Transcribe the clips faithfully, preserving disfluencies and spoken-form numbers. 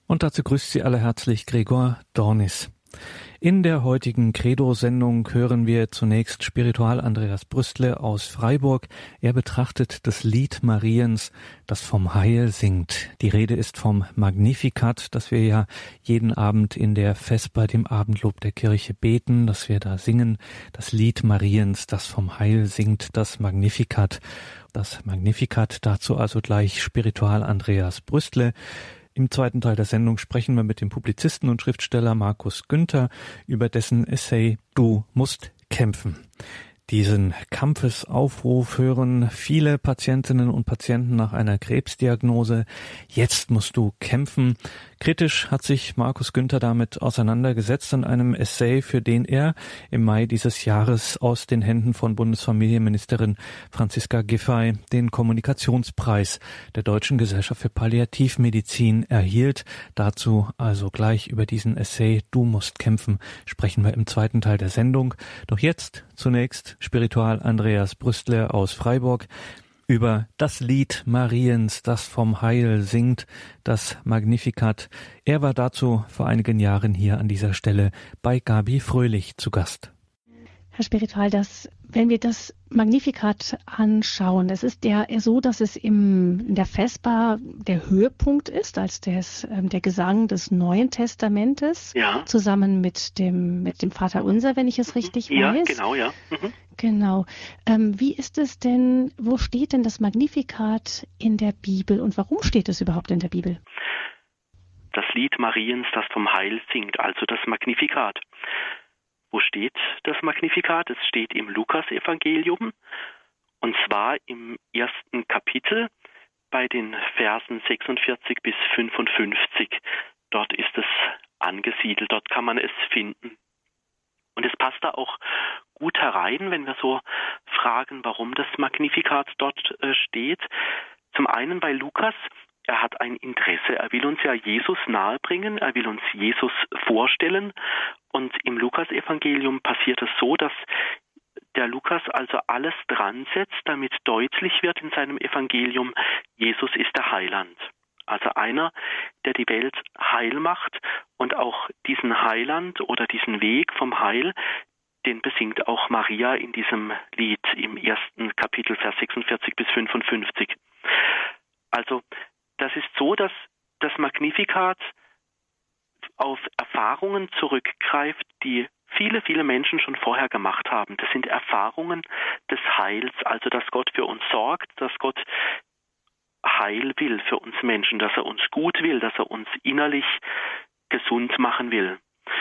Und dazu grüßt Sie alle herzlich Gregor Dornis. In der heutigen Credo-Sendung hören wir zunächst Spiritual Andreas Brüstle aus Freiburg. Er betrachtet das Lied Mariens, das vom Heil singt. Die Rede ist vom Magnificat, das wir ja jeden Abend in der Vesper, dem Abendlob der Kirche, beten, dass wir da singen. Das Lied Mariens, das vom Heil singt, das Magnificat. Das Magnificat, dazu also gleich Spiritual Andreas Brüstle. Im zweiten Teil der Sendung sprechen wir mit dem Publizisten und Schriftsteller Markus Günther über dessen Essay Du musst kämpfen. Diesen Kampfesaufruf hören viele Patientinnen und Patienten nach einer Krebsdiagnose. Jetzt musst du kämpfen. Kritisch hat sich Markus Günther damit auseinandergesetzt in einem Essay, für den er im Mai dieses Jahres aus den Händen von Bundesfamilienministerin Franziska Giffey den Kommunikationspreis der Deutschen Gesellschaft für Palliativmedizin erhielt. Dazu also gleich über diesen Essay Du musst kämpfen sprechen wir im zweiten Teil der Sendung. Doch jetzt zunächst Spiritual Andreas Brüstle aus Freiburg über das Lied Mariens, das vom Heil singt, das Magnificat. Er war dazu vor einigen Jahren hier an dieser Stelle bei Gabi Fröhlich zu Gast. Herr Spiritual, das, wenn wir das Magnificat anschauen, es ist ja so, dass es im, in der Vesper der Höhepunkt ist, als des, ähm, der Gesang des Neuen Testamentes, ja. zusammen mit dem, mit dem Vater Unser, wenn ich es richtig ja, weiß. Ja, genau, ja. Mhm. Genau. Ähm, wie ist es denn, wo steht denn das Magnificat in der Bibel und warum steht es überhaupt in der Bibel? Das Lied Mariens, das vom Heil singt, also das Magnificat. Wo steht das Magnificat? Es steht im Lukas-Evangelium, und zwar im ersten Kapitel bei den Versen sechsundvierzig bis fünfundfünfzig. Dort ist es angesiedelt, dort kann man es finden. Und es passt da auch gut herein, wenn wir so fragen, warum das Magnificat dort äh, steht. Zum einen bei Lukas, er hat ein Interesse, er will uns ja Jesus nahebringen, er will uns Jesus vorstellen. Und im Lukas-Evangelium passiert es so, dass der Lukas also alles dran setzt, damit deutlich wird in seinem Evangelium, Jesus ist der Heiland. Also einer, der die Welt heil macht, und auch diesen Heiland oder diesen Weg vom Heil, den besingt auch Maria in diesem Lied im ersten Kapitel, Vers sechsundvierzig bis fünfundfünfzig. Also das ist so, dass das Magnificat auf Erfahrungen zurückgreift, die viele, viele Menschen schon vorher gemacht haben. Das sind Erfahrungen des Heils, also dass Gott für uns sorgt, dass Gott Heil will für uns Menschen, dass er uns gut will, dass er uns innerlich gesund machen will.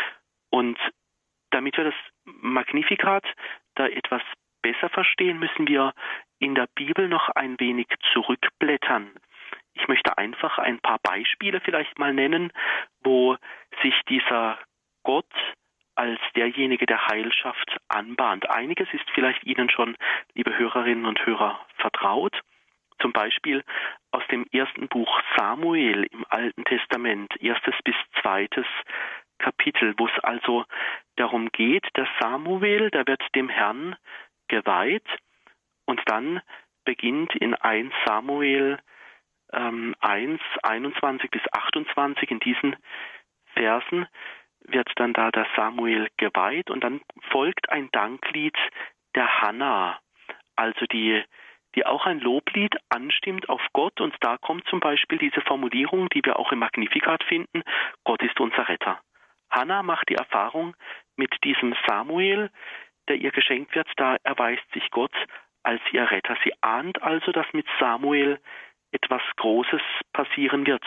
Und damit wir das Magnificat da etwas besser verstehen, müssen wir in der Bibel noch ein wenig zurückblättern. Ich möchte einfach ein paar Beispiele vielleicht mal nennen, wo sich dieser Gott als derjenige, der Heil schafft, anbahnt. Einiges ist vielleicht Ihnen schon, liebe Hörerinnen und Hörer, vertraut. Zum Beispiel aus dem ersten Buch Samuel im Alten Testament, erstes bis zweites Kapitel, wo es also darum geht, dass Samuel, der wird dem Herrn geweiht, und dann beginnt in eins Samuel ähm, eins, einundzwanzig bis achtundzwanzig, in diesen Versen wird dann da der Samuel geweiht, und dann folgt ein Danklied der Hannah, also die die auch ein Loblied anstimmt auf Gott. Und da kommt zum Beispiel diese Formulierung, die wir auch im Magnificat finden, Gott ist unser Retter. Hannah macht die Erfahrung mit diesem Samuel, der ihr geschenkt wird, da erweist sich Gott als ihr Retter. Sie ahnt also, dass mit Samuel etwas Großes passieren wird.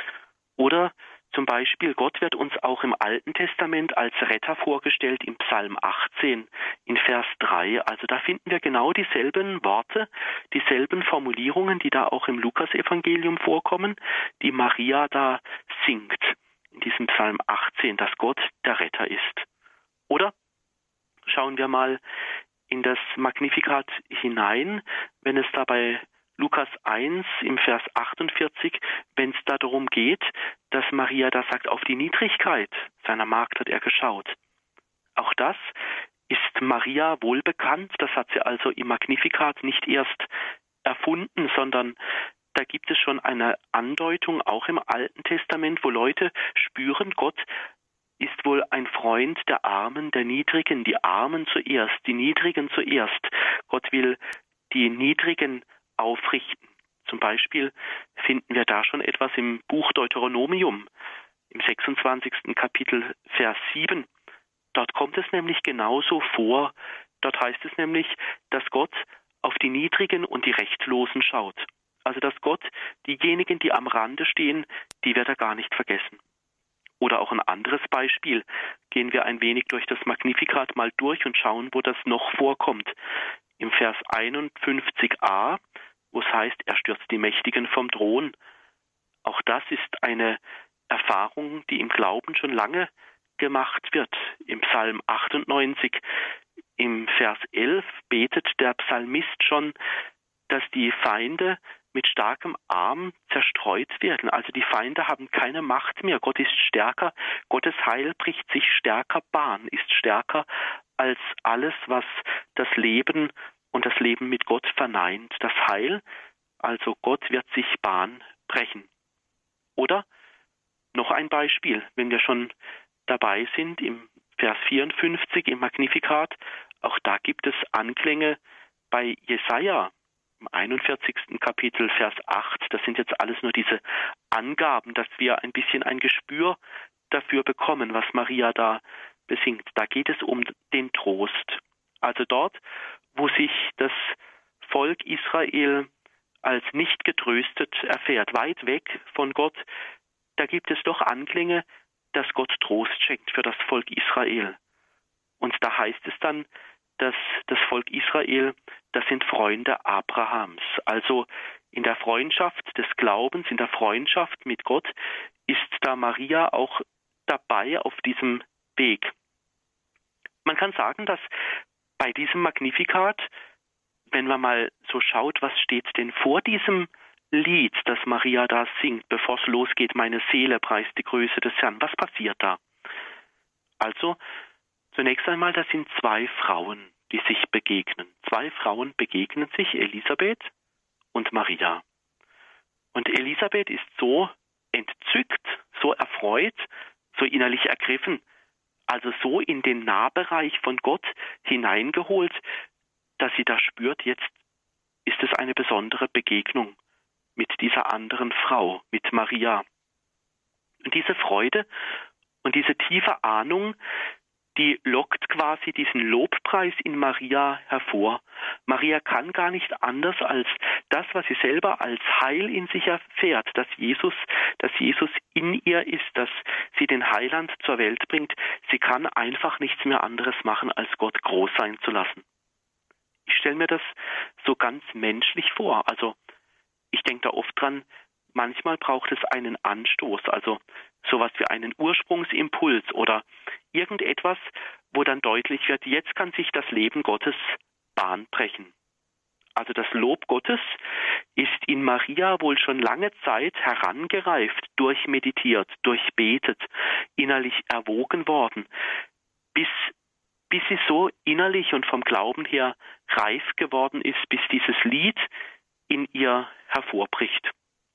Oder zum Beispiel, Gott wird uns auch im Alten Testament als Retter vorgestellt im Psalm achtzehn, in Vers drei. Also da finden wir genau dieselben Worte, dieselben Formulierungen, die da auch im Lukas-Evangelium vorkommen, die Maria da singt in diesem Psalm achtzehn, dass Gott der Retter ist. Oder schauen wir mal in das Magnificat hinein, wenn es dabei Lukas eins im Vers achtundvierzig, wenn es da darum geht, dass Maria da sagt, auf die Niedrigkeit seiner Magd hat er geschaut. Auch das ist Maria wohlbekannt, das hat sie also im Magnificat nicht erst erfunden, sondern da gibt es schon eine Andeutung, auch im Alten Testament, wo Leute spüren, Gott ist wohl ein Freund der Armen, der Niedrigen, die Armen zuerst, die Niedrigen zuerst. Gott will die Niedrigen aufrichten. Zum Beispiel finden wir da schon etwas im Buch Deuteronomium, im sechsundzwanzigsten Kapitel, Vers sieben. Dort kommt es nämlich genauso vor. Dort heißt es nämlich, dass Gott auf die Niedrigen und die Rechtlosen schaut. Also dass Gott diejenigen, die am Rande stehen, die wird er gar nicht vergessen. Oder auch ein anderes Beispiel. Gehen wir ein wenig durch das Magnificat mal durch und schauen, wo das noch vorkommt. Im Vers einundfünfzig a, wo es heißt, er stürzt die Mächtigen vom Thron. Auch das ist eine Erfahrung, die im Glauben schon lange gemacht wird. Im Psalm achtundneunzig, im Vers elf betet der Psalmist schon, dass die Feinde mit starkem Arm zerstreut werden. Also die Feinde haben keine Macht mehr. Gott ist stärker. Gottes Heil bricht sich stärker Bahn, ist stärker als alles, was das Leben und das Leben mit Gott verneint. Das Heil, also Gott, wird sich Bahn brechen. Oder noch ein Beispiel, wenn wir schon dabei sind, im Vers vierundfünfzig im Magnificat, auch da gibt es Anklänge bei Jesaja. Im einundvierzigsten Kapitel, Vers acht, das sind jetzt alles nur diese Angaben, dass wir ein bisschen ein Gespür dafür bekommen, was Maria da besingt. Da geht es um den Trost. Also dort, wo sich das Volk Israel als nicht getröstet erfährt, weit weg von Gott, da gibt es doch Anklänge, dass Gott Trost schenkt für das Volk Israel. Und da heißt es dann, dass das Volk Israel, das sind Freunde Abrahams. Also in der Freundschaft des Glaubens, in der Freundschaft mit Gott ist da Maria auch dabei auf diesem Weg. Man kann sagen, dass bei diesem Magnificat, wenn man mal so schaut, was steht denn vor diesem Lied, das Maria da singt, bevor es losgeht, meine Seele preist die Größe des Herrn. Was passiert da? Also, zunächst einmal, das sind zwei Frauen, die sich begegnen. Zwei Frauen begegnen sich, Elisabeth und Maria. Und Elisabeth ist so entzückt, so erfreut, so innerlich ergriffen, also so in den Nahbereich von Gott hineingeholt, dass sie da spürt, jetzt ist es eine besondere Begegnung mit dieser anderen Frau, mit Maria. Und diese Freude und diese tiefe Ahnung, die lockt quasi diesen Lobpreis in Maria hervor. Maria kann gar nicht anders als das, was sie selber als Heil in sich erfährt, dass Jesus, dass Jesus in ihr ist, dass sie den Heiland zur Welt bringt. Sie kann einfach nichts mehr anderes machen, als Gott groß sein zu lassen. Ich stelle mir das so ganz menschlich vor. Also ich denke da oft dran, manchmal braucht es einen Anstoß, also sowas wie einen Ursprungsimpuls oder irgendetwas, wo dann deutlich wird, jetzt kann sich das Leben Gottes Bahn brechen. Also das Lob Gottes ist in Maria wohl schon lange Zeit herangereift, durchmeditiert, durchbetet, innerlich erwogen worden, bis, bis sie so innerlich und vom Glauben her reif geworden ist, bis dieses Lied in ihr hervorbricht.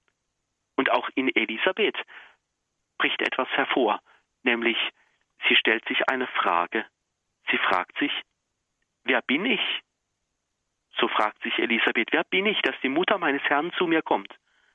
Und auch in Elisabeth bricht etwas hervor, nämlich sie stellt sich eine Frage. Sie fragt sich, wer bin ich? So fragt sich Elisabeth, wer bin ich, dass die Mutter meines Herrn zu mir kommt?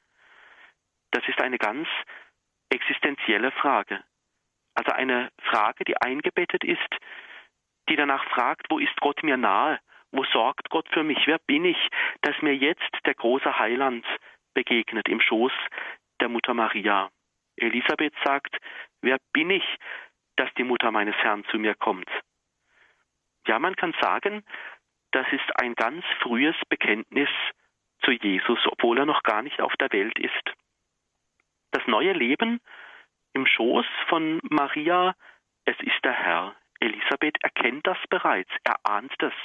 Das ist eine ganz existenzielle Frage. Also eine Frage, die eingebettet ist, die danach fragt, wo ist Gott mir nahe? Wo sorgt Gott für mich? Wer bin ich, dass mir jetzt der große Heiland begegnet im Schoß der Mutter Maria? Elisabeth sagt, wer bin ich, dass die Mutter meines Herrn zu mir kommt? Ja, man kann sagen, das ist ein ganz frühes Bekenntnis zu Jesus, obwohl er noch gar nicht auf der Welt ist. Das neue Leben im Schoß von Maria, es ist der Herr. Elisabeth erkennt das bereits, er ahnt das.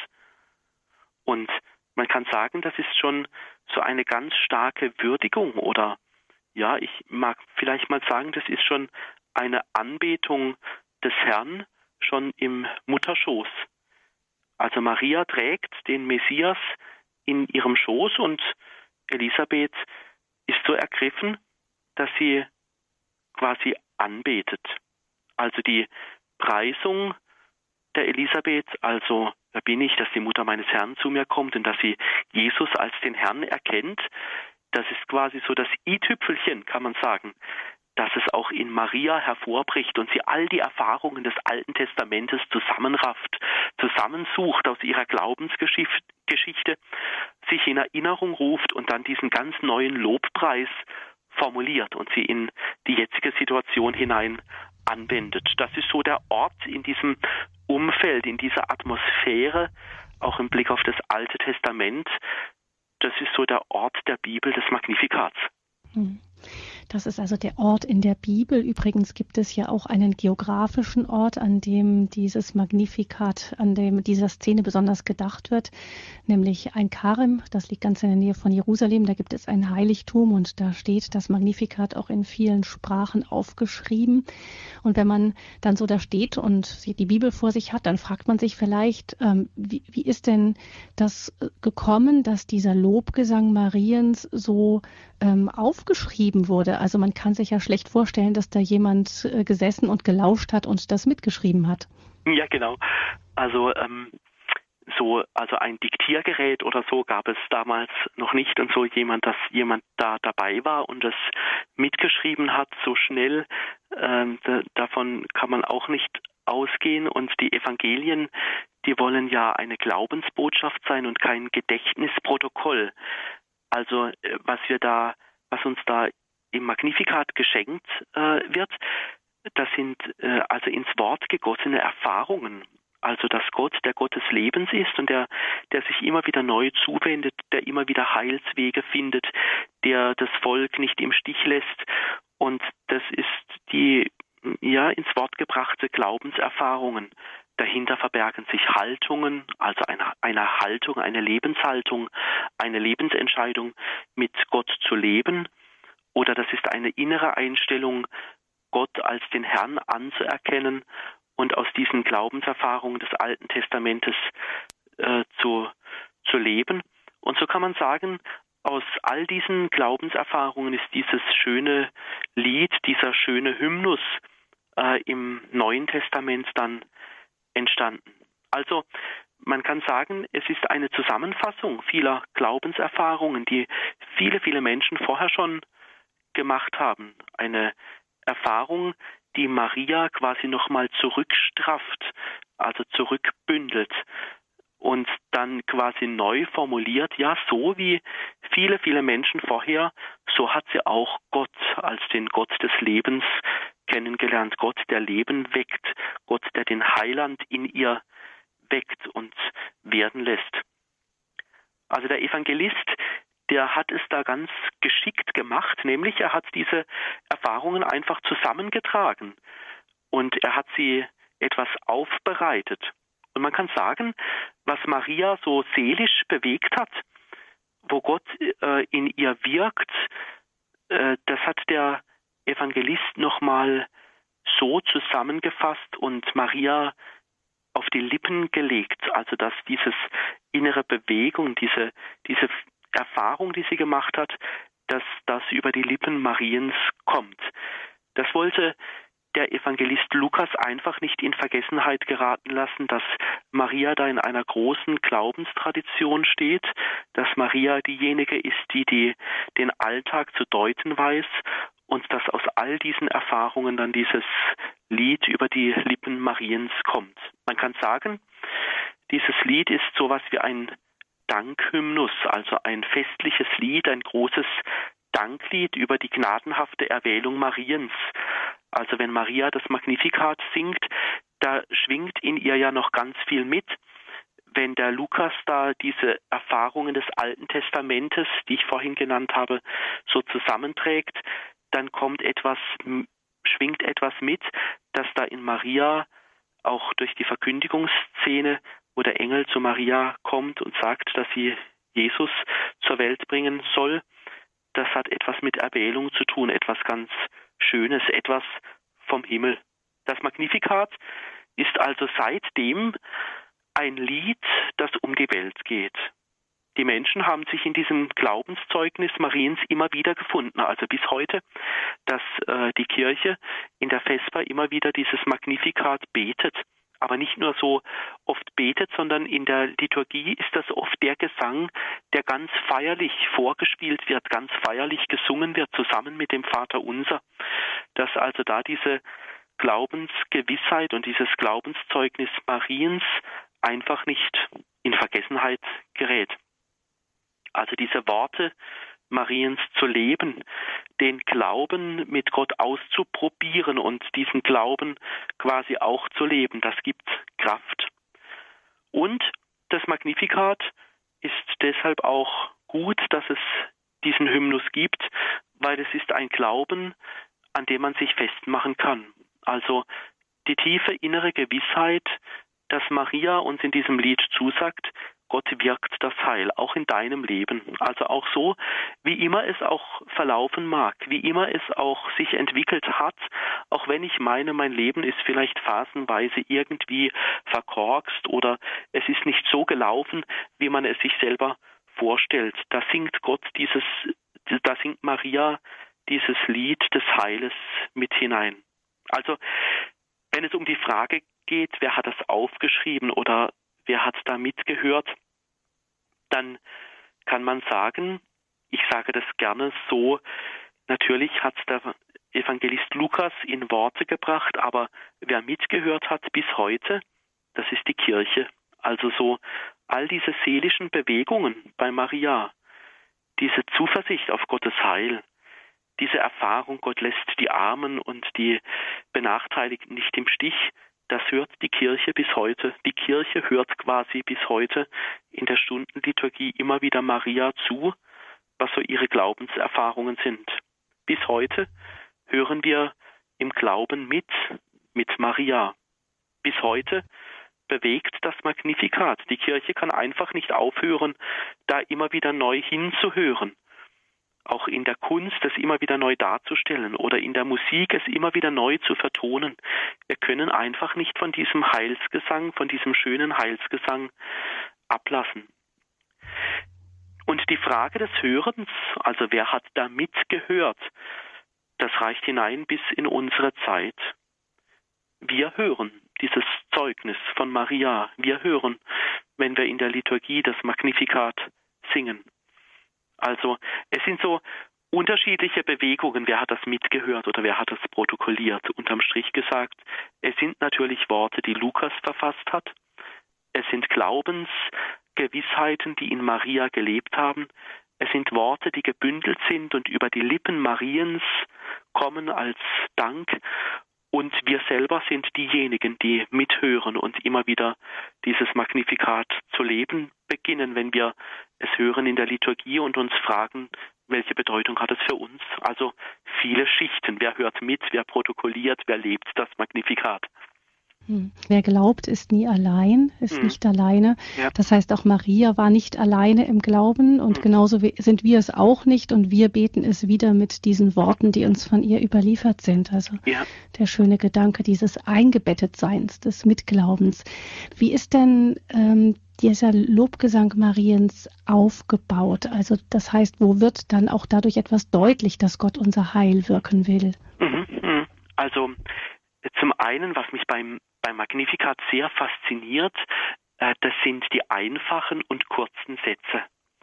Und man kann sagen, das ist schon so eine ganz starke Würdigung oder ja, ich mag vielleicht mal sagen, das ist schon eine Anbetung des Herrn schon im Mutterschoß. Also Maria trägt den Messias in ihrem Schoß und Elisabeth ist so ergriffen, dass sie quasi anbetet. Also die Preisung der Elisabeth, also wer bin ich, dass die Mutter meines Herrn zu mir kommt und dass sie Jesus als den Herrn erkennt, das ist quasi so das i-Tüpfelchen, kann man sagen, dass es auch in Maria hervorbricht und sie all die Erfahrungen des Alten Testamentes zusammenrafft, zusammensucht aus ihrer Glaubensgeschichte, sich in Erinnerung ruft und dann diesen ganz neuen Lobpreis formuliert und sie in die jetzige Situation hinein anwendet. Das ist so der Ort in diesem Umfeld, in dieser Atmosphäre, auch im Blick auf das Alte Testament. Das ist so der Ort der Bibel des Magnifikats. Hm. Das ist also der Ort in der Bibel. Übrigens gibt es ja auch einen geografischen Ort, an dem dieses Magnificat, an dem dieser Szene besonders gedacht wird, nämlich ein Karem. Das liegt ganz in der Nähe von Jerusalem. Da gibt es ein Heiligtum und da steht das Magnificat auch in vielen Sprachen aufgeschrieben. Und wenn man dann so da steht und die Bibel vor sich hat, dann fragt man sich vielleicht, ähm, wie, wie ist denn das gekommen, dass dieser Lobgesang Mariens so ähm, aufgeschrieben wurde? Also man kann sich ja schlecht vorstellen, dass da jemand äh, gesessen und gelauscht hat und das mitgeschrieben hat. Ja, genau. Also ähm, so, also ein Diktiergerät oder so gab es damals noch nicht und so jemand, dass jemand da dabei war und das mitgeschrieben hat, so schnell, ähm, d- davon kann man auch nicht ausgehen. Und die Evangelien, die wollen ja eine Glaubensbotschaft sein und kein Gedächtnisprotokoll. Also äh, was wir da, was uns da im Magnificat geschenkt äh, wird, das sind äh, also ins Wort gegossene Erfahrungen. Also dass Gott der Gott des Lebens ist und der, der sich immer wieder neu zuwendet, der immer wieder Heilswege findet, der das Volk nicht im Stich lässt. Und das ist die ja ins Wort gebrachte Glaubenserfahrungen. Dahinter verbergen sich Haltungen, also eine, eine Haltung, eine Lebenshaltung, eine Lebensentscheidung, mit Gott zu leben. Oder das ist eine innere Einstellung, Gott als den Herrn anzuerkennen und aus diesen Glaubenserfahrungen des Alten Testamentes äh, zu, zu leben. Und so kann man sagen, aus all diesen Glaubenserfahrungen ist dieses schöne Lied, dieser schöne Hymnus äh, im Neuen Testament dann entstanden. Also man kann sagen, es ist eine Zusammenfassung vieler Glaubenserfahrungen, die viele, viele Menschen vorher schon gemacht haben. Eine Erfahrung, die Maria quasi nochmal zurückstrafft, also zurückbündelt und dann quasi neu formuliert, ja, so wie viele, viele Menschen vorher, so hat sie auch Gott als den Gott des Lebens kennengelernt. Gott, der Leben weckt, Gott, der den Heiland in ihr weckt und werden lässt. Also der Evangelist, der hat es da ganz geschickt gemacht, nämlich er hat diese Erfahrungen einfach zusammengetragen und er hat sie etwas aufbereitet. Und man kann sagen, was Maria so seelisch bewegt hat, wo Gott äh, in ihr wirkt, äh, das hat der Evangelist nochmal so zusammengefasst und Maria auf die Lippen gelegt, also dass dieses innere Bewegung, diese, diese Erfahrung, die sie gemacht hat, dass das über die Lippen Mariens kommt. Das wollte der Evangelist Lukas einfach nicht in Vergessenheit geraten lassen, dass Maria da in einer großen Glaubenstradition steht, dass Maria diejenige ist, die, die den Alltag zu deuten weiß und dass aus all diesen Erfahrungen dann dieses Lied über die Lippen Mariens kommt. Man kann sagen, dieses Lied ist sowas wie ein Dankhymnus, also ein festliches Lied, ein großes Danklied über die gnadenhafte Erwählung Mariens. Also wenn Maria das Magnificat singt, da schwingt in ihr ja noch ganz viel mit. Wenn der Lukas da diese Erfahrungen des Alten Testamentes, die ich vorhin genannt habe, so zusammenträgt, dann kommt etwas, schwingt etwas mit, dass da in Maria auch durch die Verkündigungsszene, wo der Engel zu Maria kommt und sagt, dass sie Jesus zur Welt bringen soll, das hat etwas mit Erwählung zu tun, etwas ganz Schönes, etwas vom Himmel. Das Magnificat ist also seitdem ein Lied, das um die Welt geht. Die Menschen haben sich in diesem Glaubenszeugnis Mariens immer wieder gefunden, also bis heute, dass äh, die Kirche in der Vesper immer wieder dieses Magnificat betet. Aber nicht nur so oft betet, sondern in der Liturgie ist das oft der Gesang, der ganz feierlich vorgespielt wird, ganz feierlich gesungen wird, zusammen mit dem Vaterunser. Dass also da diese Glaubensgewissheit und dieses Glaubenszeugnis Mariens einfach nicht in Vergessenheit gerät. Also diese Worte Mariens zu leben, den Glauben mit Gott auszuprobieren und diesen Glauben quasi auch zu leben, das gibt Kraft. Und das Magnificat ist deshalb auch gut, dass es diesen Hymnus gibt, weil es ist ein Glauben, an dem man sich festmachen kann. Also die tiefe innere Gewissheit, dass Maria uns in diesem Lied zusagt, Gott wirkt das Heil, auch in deinem Leben. Also auch so, wie immer es auch verlaufen mag, wie immer es auch sich entwickelt hat, auch wenn ich meine, mein Leben ist vielleicht phasenweise irgendwie verkorkst oder es ist nicht so gelaufen, wie man es sich selber vorstellt. Da singt Gott dieses, da singt Maria dieses Lied des Heiles mit hinein. Also, wenn es um die Frage geht, wer hat das aufgeschrieben oder wer hat da mitgehört, dann kann man sagen, ich sage das gerne so, natürlich hat der Evangelist Lukas in Worte gebracht, aber wer mitgehört hat bis heute, das ist die Kirche. Also so all diese seelischen Bewegungen bei Maria, diese Zuversicht auf Gottes Heil, diese Erfahrung, Gott lässt die Armen und die Benachteiligten nicht im Stich, das hört die Kirche bis heute. Die Kirche hört quasi bis heute in der Stundenliturgie immer wieder Maria zu, was so ihre Glaubenserfahrungen sind. Bis heute hören wir im Glauben mit, mit Maria. Bis heute bewegt das Magnificat. Die Kirche kann einfach nicht aufhören, da immer wieder neu hinzuhören. Auch in der Kunst es immer wieder neu darzustellen oder in der Musik es immer wieder neu zu vertonen. Wir können einfach nicht von diesem Heilsgesang, von diesem schönen Heilsgesang ablassen. Und die Frage des Hörens, also wer hat da mitgehört, das reicht hinein bis in unsere Zeit. Wir hören dieses Zeugnis von Maria. Wir hören, wenn wir in der Liturgie das Magnificat singen. Also es sind so unterschiedliche Bewegungen, wer hat das mitgehört oder wer hat das protokolliert. Unterm Strich gesagt, es sind natürlich Worte, die Lukas verfasst hat. Es sind Glaubensgewissheiten, die in Maria gelebt haben. Es sind Worte, die gebündelt sind und über die Lippen Mariens kommen als Dank. Und wir selber sind diejenigen, die mithören und immer wieder dieses Magnificat zu leben beginnen, wenn wir es hören in der Liturgie und uns fragen, welche Bedeutung hat es für uns? Also viele Schichten. Wer hört mit, wer protokolliert, wer lebt das Magnifikat? Hm. Wer glaubt, ist nie allein, ist hm. nicht alleine. Ja. Das heißt, auch Maria war nicht alleine im Glauben und hm. genauso sind wir es auch nicht und wir beten es wieder mit diesen Worten, die uns von ihr überliefert sind. Also ja. der schöne Gedanke dieses Eingebettetseins, des Mitglaubens. Wie ist denn ähm, dieser Lobgesang Mariens aufgebaut? Also das heißt, wo wird dann auch dadurch etwas deutlich, dass Gott unser Heil wirken will? Mhm. Also zum einen, was mich beim beim Magnificat sehr fasziniert, äh, das sind die einfachen und kurzen Sätze.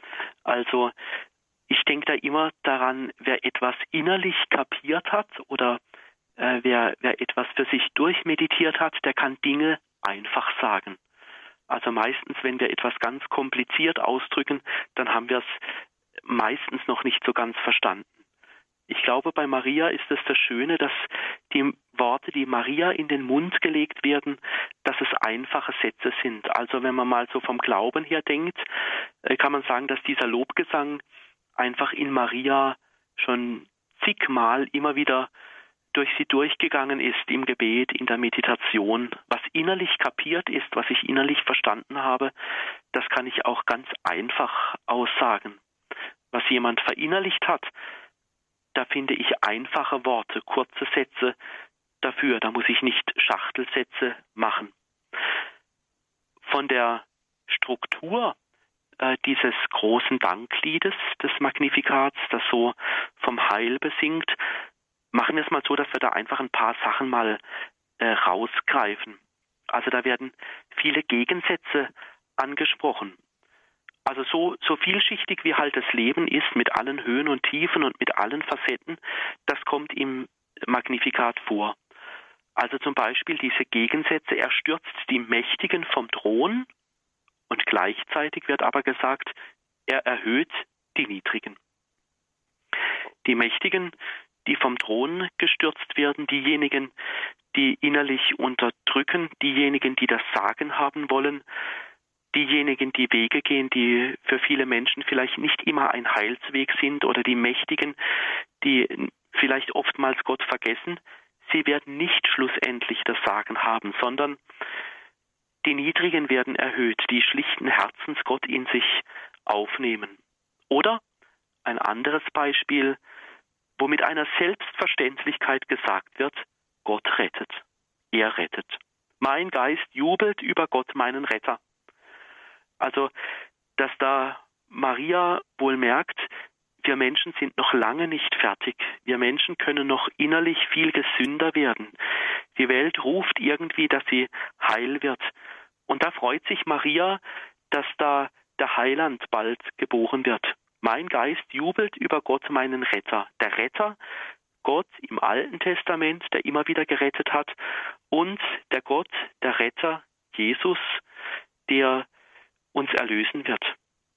Also ich denke da immer daran, wer etwas innerlich kapiert hat oder äh, wer, wer etwas für sich durchmeditiert hat, der kann Dinge einfach sagen. Also meistens, wenn wir etwas ganz kompliziert ausdrücken, dann haben wir es meistens noch nicht so ganz verstanden. Ich glaube, bei Maria ist es das Schöne, dass die Worte, die Maria in den Mund gelegt werden, dass es einfache Sätze sind. Also wenn man mal so vom Glauben her denkt, kann man sagen, dass dieser Lobgesang einfach in Maria schon zigmal immer wieder durch sie durchgegangen ist im Gebet, in der Meditation. Was innerlich kapiert ist, was ich innerlich verstanden habe, das kann ich auch ganz einfach aussagen. Was jemand verinnerlicht hat, da finde ich einfache Worte, kurze Sätze dafür. Da muss ich nicht Schachtelsätze machen. Von der Struktur äh, dieses großen Dankliedes des Magnifikats, das so vom Heil besingt, machen wir es mal so, dass wir da einfach ein paar Sachen mal äh, rausgreifen. Also da werden viele Gegensätze angesprochen. Also so, so vielschichtig wie halt das Leben ist, mit allen Höhen und Tiefen und mit allen Facetten, das kommt im Magnifikat vor. Also zum Beispiel diese Gegensätze, er stürzt die Mächtigen vom Thron und gleichzeitig wird aber gesagt, er erhöht die Niedrigen. Die Mächtigen, die vom Thron gestürzt werden, diejenigen, die innerlich unterdrücken, diejenigen, die das Sagen haben wollen, diejenigen, die Wege gehen, die für viele Menschen vielleicht nicht immer ein Heilsweg sind, oder die Mächtigen, die vielleicht oftmals Gott vergessen, sie werden nicht schlussendlich das Sagen haben, sondern die Niedrigen werden erhöht, die schlichten Herzens Gott in sich aufnehmen. Oder ein anderes Beispiel, wo mit einer Selbstverständlichkeit gesagt wird, Gott rettet, er rettet. Mein Geist jubelt über Gott, meinen Retter. Also, dass da Maria wohl merkt, wir Menschen sind noch lange nicht fertig. Wir Menschen können noch innerlich viel gesünder werden. Die Welt ruft irgendwie, dass sie heil wird. Und da freut sich Maria, dass da der Heiland bald geboren wird. Mein Geist jubelt über Gott, meinen Retter. Der Retter, Gott im Alten Testament, der immer wieder gerettet hat, und der Gott, der Retter, Jesus, der uns erlösen wird.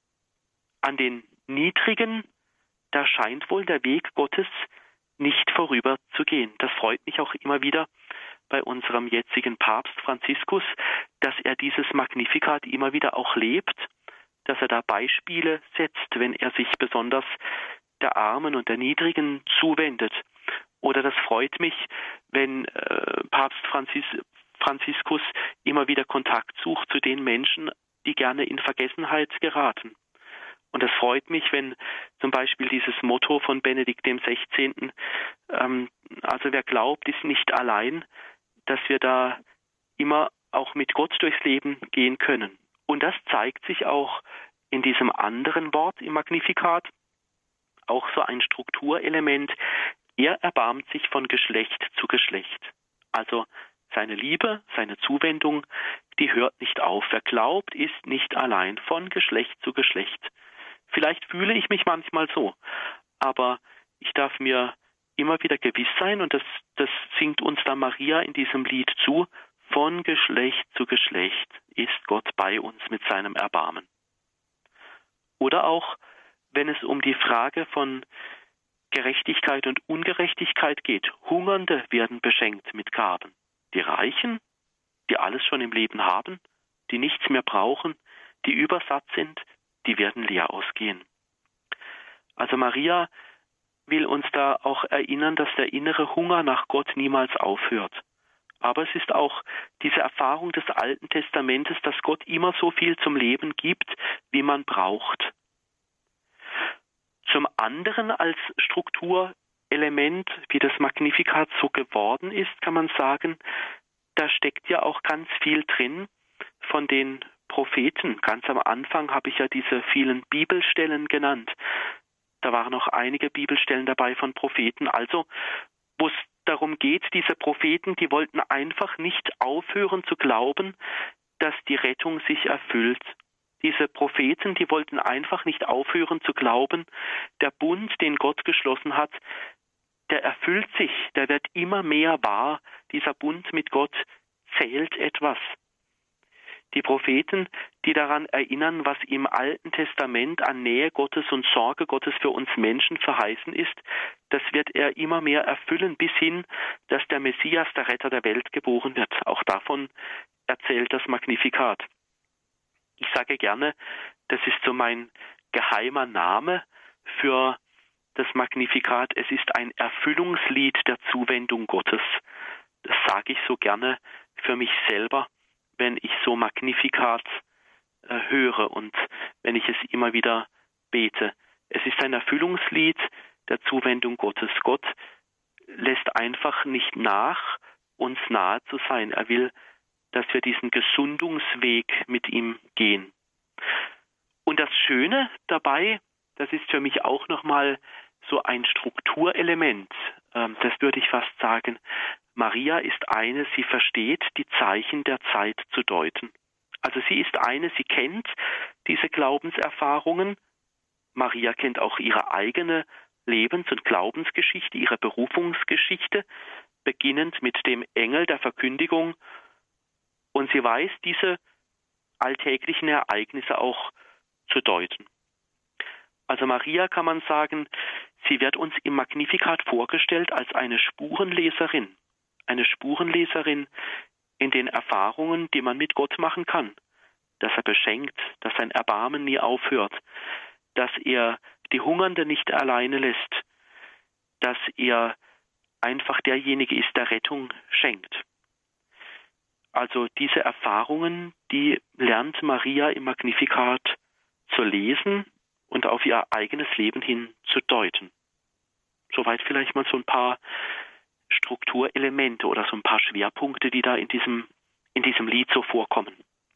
An den Niedrigen, da scheint wohl der Weg Gottes nicht vorüberzugehen. Das freut mich auch immer wieder bei unserem jetzigen Papst Franziskus, dass er dieses Magnifikat immer wieder auch lebt, dass er da Beispiele setzt, wenn er sich besonders der Armen und der Niedrigen zuwendet. Oder das freut mich, wenn äh, Papst Franzis, Franziskus immer wieder Kontakt sucht zu den Menschen, die gerne in Vergessenheit geraten. Und es freut mich, wenn zum Beispiel dieses Motto von Benedikt dem Sechzehnten, ähm, also wer glaubt, ist nicht allein, dass wir da immer auch mit Gott durchs Leben gehen können. Und das zeigt sich auch in diesem anderen Wort im Magnifikat, auch so ein Strukturelement. Er erbarmt sich von Geschlecht zu Geschlecht. Also seine Liebe, seine Zuwendung, die hört nicht auf. Wer glaubt, ist nicht allein, von Geschlecht zu Geschlecht. Vielleicht fühle ich mich manchmal so, aber ich darf mir immer wieder gewiss sein, und das, das singt uns da Maria in diesem Lied zu, von Geschlecht zu Geschlecht ist Gott bei uns mit seinem Erbarmen. Oder auch, wenn es um die Frage von Gerechtigkeit und Ungerechtigkeit geht. Hungernde werden beschenkt mit Gaben. Die Reichen, die alles schon im Leben haben, die nichts mehr brauchen, die übersatt sind, die werden leer ausgehen. Also Maria will uns da auch erinnern, dass der innere Hunger nach Gott niemals aufhört. Aber es ist auch diese Erfahrung des Alten Testamentes, dass Gott immer so viel zum Leben gibt, wie man braucht. Zum anderen als Strukturelement, wie das Magnificat so geworden ist, kann man sagen, da steckt ja auch ganz viel drin von den Propheten. Ganz am Anfang habe ich ja diese vielen Bibelstellen genannt. Da waren noch einige Bibelstellen dabei von Propheten. Also, wo es darum geht, diese Propheten, die wollten einfach nicht aufhören zu glauben, dass die Rettung sich erfüllt. Diese Propheten, die wollten einfach nicht aufhören zu glauben, der Bund, den Gott geschlossen hat, der erfüllt sich, der wird immer mehr wahr. Dieser Bund mit Gott zählt etwas. Die Propheten, die daran erinnern, was im Alten Testament an Nähe Gottes und Sorge Gottes für uns Menschen verheißen ist, das wird er immer mehr erfüllen, bis hin, dass der Messias, der Retter der Welt, geboren wird. Auch davon erzählt das Magnifikat. Ich sage gerne, das ist so mein geheimer Name für das Magnifikat. Es ist ein Erfüllungslied der Zuwendung Gottes. Das sage ich so gerne für mich selber, wenn ich so Magnifikat äh, höre und wenn ich es immer wieder bete. Es ist ein Erfüllungslied der Zuwendung Gottes. Gott lässt einfach nicht nach, uns nahe zu sein. Er will, dass wir diesen Gesundungsweg mit ihm gehen. Und das Schöne dabei, das ist für mich auch nochmal so ein Strukturelement, ähm, das würde ich fast sagen. Maria ist eine, sie versteht die Zeichen der Zeit zu deuten. Also sie ist eine, sie kennt diese Glaubenserfahrungen. Maria kennt auch ihre eigene Lebens- und Glaubensgeschichte, ihre Berufungsgeschichte, beginnend mit dem Engel der Verkündigung. Und sie weiß, diese alltäglichen Ereignisse auch zu deuten. Also Maria, kann man sagen, sie wird uns im Magnificat vorgestellt als eine Spurenleserin. Eine Spurenleserin in den Erfahrungen, die man mit Gott machen kann. Dass er beschenkt, dass sein Erbarmen nie aufhört, dass er die Hungernden nicht alleine lässt, dass er einfach derjenige ist, der Rettung schenkt. Also diese Erfahrungen, die lernt Maria im Magnificat zu lesen und auf ihr eigenes Leben hin zu deuten. Soweit vielleicht mal so ein paar Strukturelemente oder so ein paar Schwerpunkte, die da in diesem, in diesem Lied so vorkommen.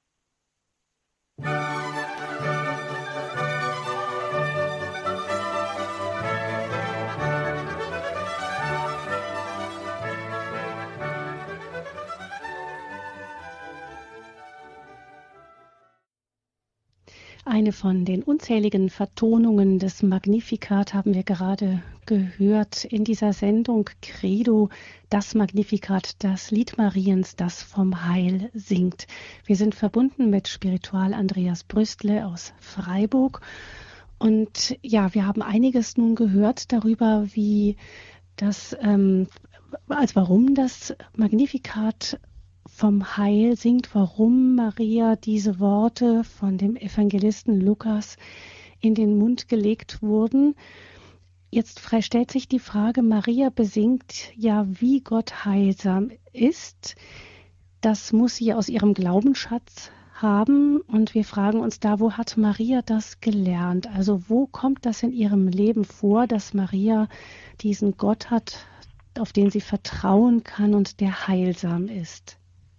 Eine von den unzähligen Vertonungen des Magnificat haben wir gerade gehört in dieser Sendung Credo, das Magnificat, das Lied Mariens, das vom Heil singt. Wir sind verbunden mit Spiritual Andreas Brüstle aus Freiburg. Und ja, wir haben einiges nun gehört darüber, wie das, ähm, als warum das Magnificat vom Heil singt, warum Maria diese Worte von dem Evangelisten Lukas in den Mund gelegt wurden. Jetzt stellt sich die Frage, Maria besingt ja, wie Gott heilsam ist. Das muss sie aus ihrem Glaubensschatz haben. Und wir fragen uns da, wo hat Maria das gelernt? Also wo kommt das in ihrem Leben vor, dass Maria diesen Gott hat, auf den sie vertrauen kann und der heilsam ist?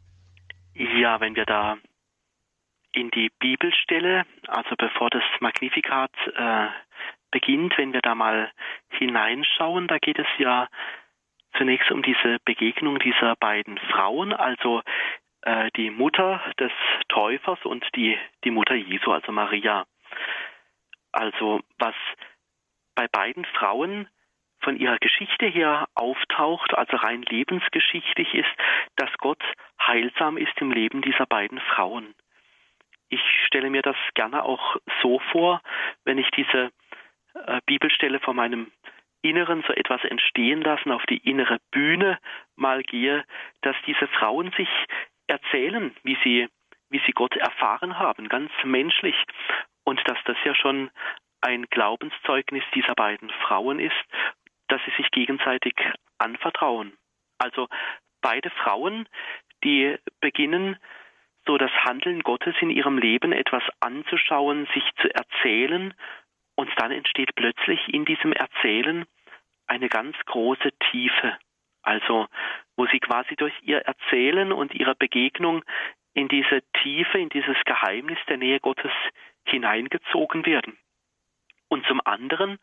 Ja, wenn wir da in die Bibelstelle, also bevor das Magnificat äh, beginnt, wenn wir da mal hineinschauen, da geht es ja zunächst um diese Begegnung dieser beiden Frauen, also äh, die Mutter des Täufers und die, die Mutter Jesu, also Maria. Also was bei beiden Frauen von ihrer Geschichte her auftaucht, also rein lebensgeschichtlich ist, dass Gott heilsam ist im Leben dieser beiden Frauen. Ich stelle mir das gerne auch so vor, wenn ich diese äh, Bibelstelle vor meinem Inneren so etwas entstehen lassen, auf die innere Bühne mal gehe, dass diese Frauen sich erzählen, wie sie, wie sie Gott erfahren haben, ganz menschlich. Und dass das ja schon ein Glaubenszeugnis dieser beiden Frauen ist, dass sie sich gegenseitig anvertrauen. Also beide Frauen, die beginnen, so das Handeln Gottes in ihrem Leben etwas anzuschauen, sich zu erzählen, und dann entsteht plötzlich in diesem Erzählen eine ganz große Tiefe. Also wo sie quasi durch ihr Erzählen und ihre Begegnung in diese Tiefe, in dieses Geheimnis der Nähe Gottes hineingezogen werden. Und zum anderen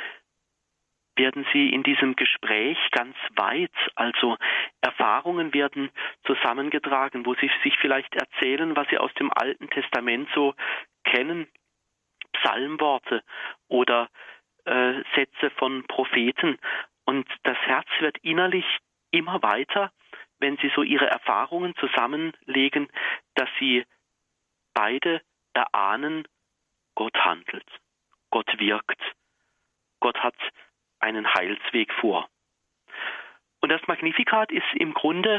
werden sie in diesem Gespräch ganz weit, also Erfahrungen werden zusammengetragen, wo sie sich vielleicht erzählen, was sie aus dem Alten Testament so kennen, Psalmworte oder äh, Sätze von Propheten. Und das Herz wird innerlich immer weiter, wenn sie so ihre Erfahrungen zusammenlegen, dass sie beide erahnen, Gott handelt, Gott wirkt, Gott hat einen Heilsweg vor. Und das Magnificat ist im Grunde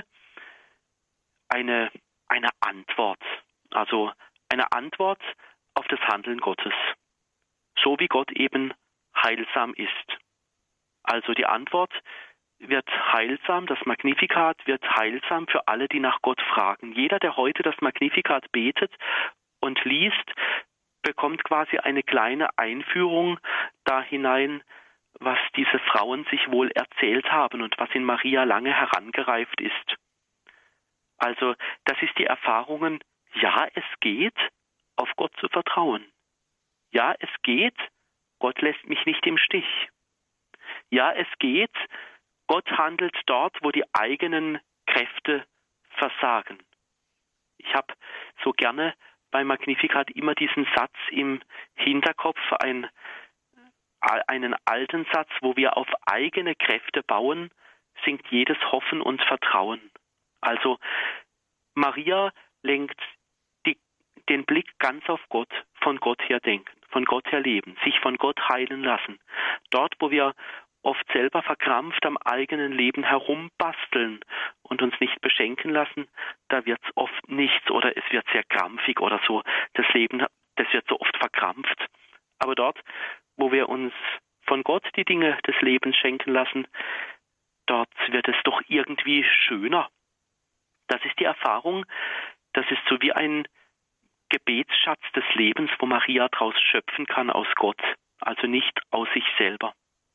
eine, eine Antwort, also eine Antwort auf das Handeln Gottes, so wie Gott eben heilsam ist. Also die Antwort wird heilsam, das Magnificat wird heilsam für alle, die nach Gott fragen. Jeder, der heute das Magnificat betet und liest, bekommt quasi eine kleine Einführung da hinein, was diese Frauen sich wohl erzählt haben und was in Maria lange herangereift ist. Also das ist die Erfahrungen, ja, es geht, auf Gott zu vertrauen. Ja, es geht, Gott lässt mich nicht im Stich. Ja, es geht, Gott handelt dort, wo die eigenen Kräfte versagen. Ich habe so gerne bei Magnificat immer diesen Satz im Hinterkopf, ein, einen alten Satz, wo wir auf eigene Kräfte bauen, sinkt jedes Hoffen und Vertrauen. Also Maria lenkt die, den Blick ganz auf Gott, von Gott her denken, von Gott her leben, sich von Gott heilen lassen. Dort, wo wir oft selber verkrampft am eigenen Leben herumbasteln und uns nicht beschenken lassen, da wird es oft nichts oder es wird sehr krampfig oder so. Das Leben, das wird so oft verkrampft. Aber dort, wo wir uns von Gott die Dinge des Lebens schenken lassen, dort wird es doch irgendwie schöner. Das ist die Erfahrung, das ist so wie ein Gebetsschatz des Lebens, wo Maria daraus schöpfen kann aus Gott, also nicht aus sich selber.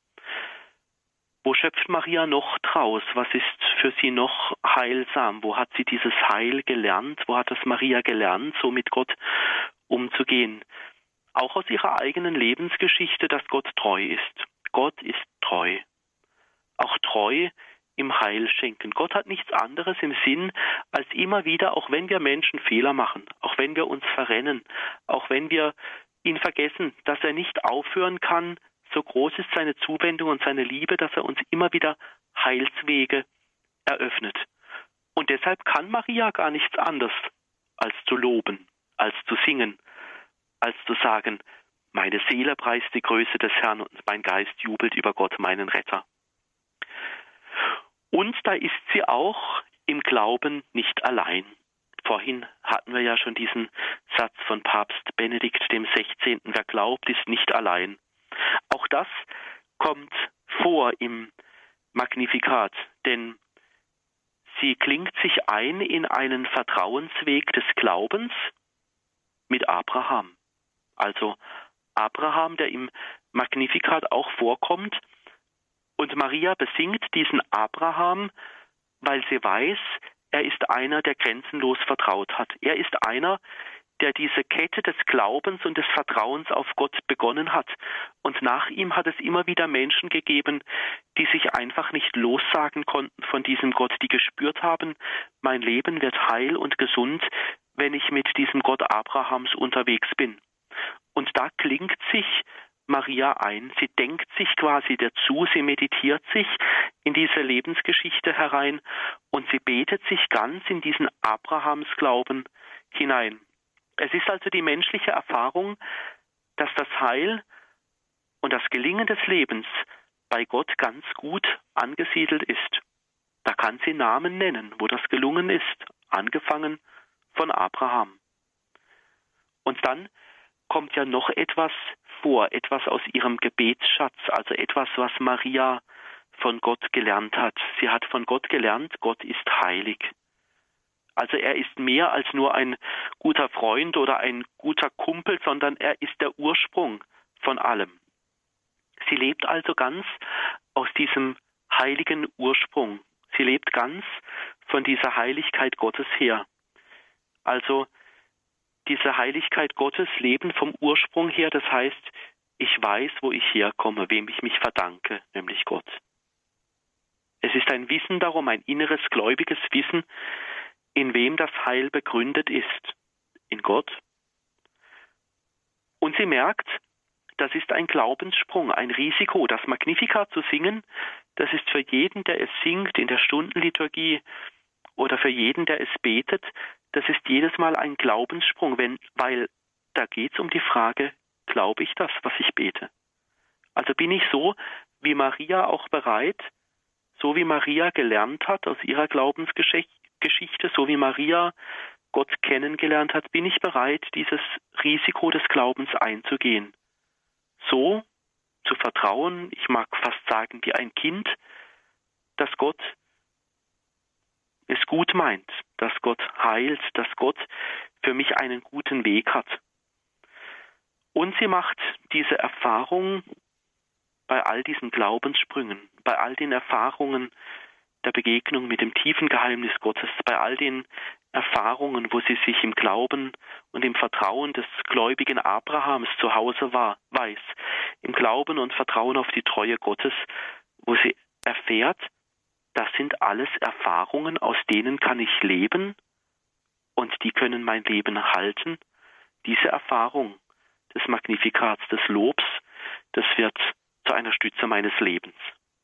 Wo schöpft Maria noch draus? Was ist für sie noch heilsam? Wo hat sie dieses Heil gelernt? Wo hat das Maria gelernt, so mit Gott umzugehen? Auch aus ihrer eigenen Lebensgeschichte, dass Gott treu ist. Gott ist treu. Auch treu im Heilschenken. Gott hat nichts anderes im Sinn, als immer wieder, auch wenn wir Menschen Fehler machen, auch wenn wir uns verrennen, auch wenn wir ihn vergessen, dass er nicht aufhören kann, so groß ist seine Zuwendung und seine Liebe, dass er uns immer wieder Heilswege eröffnet. Und deshalb kann Maria gar nichts anderes als zu loben, als zu singen, als zu sagen, meine Seele preist die Größe des Herrn und mein Geist jubelt über Gott, meinen Retter. Und da ist sie auch im Glauben nicht allein. Vorhin hatten wir ja schon diesen Satz von Papst Benedikt dem Sechzehnten Wer glaubt, ist nicht allein. Auch das kommt vor im Magnificat, denn sie klingt sich ein in einen Vertrauensweg des Glaubens mit Abraham. Also Abraham, der im Magnificat auch vorkommt, und Maria besingt diesen Abraham, weil sie weiß, er ist einer, der grenzenlos vertraut hat. Er ist einer, der diese Kette des Glaubens und des Vertrauens auf Gott begonnen hat. Und nach ihm hat es immer wieder Menschen gegeben, die sich einfach nicht lossagen konnten von diesem Gott, die gespürt haben, mein Leben wird heil und gesund, wenn ich mit diesem Gott Abrahams unterwegs bin. Und da klingt sich Maria ein. Sie denkt sich quasi dazu, sie meditiert sich in diese Lebensgeschichte herein und sie betet sich ganz in diesen Abrahamsglauben hinein. Es ist also die menschliche Erfahrung, dass das Heil und das Gelingen des Lebens bei Gott ganz gut angesiedelt ist. Da kann sie Namen nennen, wo das gelungen ist, angefangen von Abraham. Und dann kommt ja noch etwas vor, etwas aus ihrem Gebetsschatz, also etwas, was Maria von Gott gelernt hat. Sie hat von Gott gelernt, Gott ist heilig. Also er ist mehr als nur ein guter Freund oder ein guter Kumpel, sondern er ist der Ursprung von allem. Sie lebt also ganz aus diesem heiligen Ursprung. Sie lebt ganz von dieser Heiligkeit Gottes her. Also diese Heiligkeit Gottes leben vom Ursprung her, das heißt, ich weiß, wo ich herkomme, wem ich mich verdanke, nämlich Gott. Es ist ein Wissen darum, ein inneres gläubiges Wissen, in wem das Heil begründet ist, in Gott. Und sie merkt, das ist ein Glaubenssprung, ein Risiko. Das Magnificat zu singen, das ist für jeden, der es singt in der Stundenliturgie oder für jeden, der es betet, das ist jedes Mal ein Glaubenssprung, wenn, weil da geht es um die Frage, glaube ich das, was ich bete? Also bin ich so, wie Maria auch bereit, so wie Maria gelernt hat aus ihrer Glaubensgeschichte, so wie Maria Gott kennengelernt hat, bin ich bereit, dieses Risiko des Glaubens einzugehen. So zu vertrauen, ich mag fast sagen, wie ein Kind, dass Gott es gut meint, dass Gott heilt, dass Gott für mich einen guten Weg hat. Und sie macht diese Erfahrung bei all diesen Glaubenssprüngen, bei all den Erfahrungen, der Begegnung mit dem tiefen Geheimnis Gottes, bei all den Erfahrungen, wo sie sich im Glauben und im Vertrauen des gläubigen Abrahams zu Hause war, weiß, im Glauben und Vertrauen auf die Treue Gottes, wo sie erfährt, das sind alles Erfahrungen, aus denen kann ich leben und die können mein Leben halten. Diese Erfahrung des Magnifikats, des Lobs, das wird zu einer Stütze meines Lebens.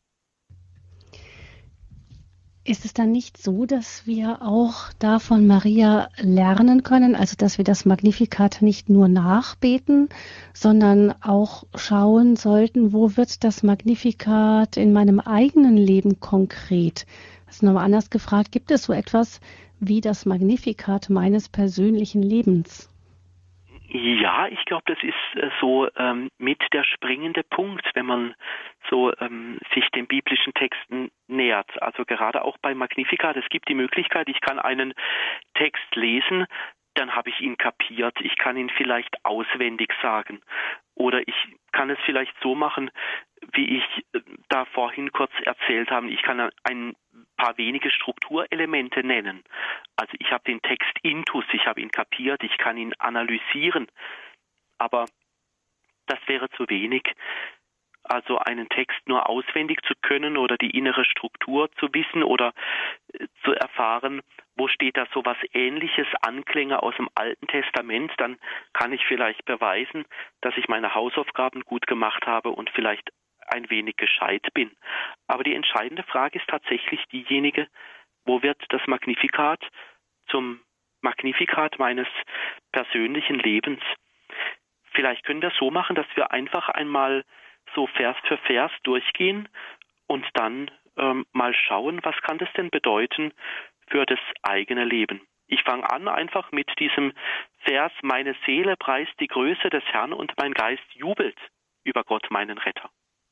Ist es dann nicht so, dass wir auch da von Maria lernen können, also dass wir das Magnificat nicht nur nachbeten, sondern auch schauen sollten, wo wird das Magnifikat in meinem eigenen Leben konkret? Also nochmal anders gefragt, gibt es so etwas wie das Magnificat meines persönlichen Lebens? Ja, ich glaube, das ist äh, so ähm, mit der springende Punkt, wenn man so ähm, sich den biblischen Texten nähert. Also gerade auch bei Magnificat, es gibt die Möglichkeit, ich kann einen Text lesen, dann habe ich ihn kapiert, ich kann ihn vielleicht auswendig sagen oder ich kann es vielleicht so machen, wie ich äh, da vorhin kurz erzählt habe, ich kann ein paar wenige Strukturelemente nennen. Also ich habe den Text intus, ich habe ihn kapiert, ich kann ihn analysieren, aber das wäre zu wenig. Also einen Text nur auswendig zu können oder die innere Struktur zu wissen oder äh, zu erfahren, wo steht da so was Ähnliches, Anklänge aus dem Alten Testament, dann kann ich vielleicht beweisen, dass ich meine Hausaufgaben gut gemacht habe und vielleicht ein wenig gescheit bin. Aber die entscheidende Frage ist tatsächlich diejenige, wo wird das Magnificat zum Magnificat meines persönlichen Lebens? Vielleicht können wir es so machen, dass wir einfach einmal so Vers für Vers durchgehen und dann ähm, mal schauen, was kann das denn bedeuten für das eigene Leben. Ich fange an einfach mit diesem Vers, meine Seele preist die Größe des Herrn und mein Geist jubelt über Gott, meinen Retter.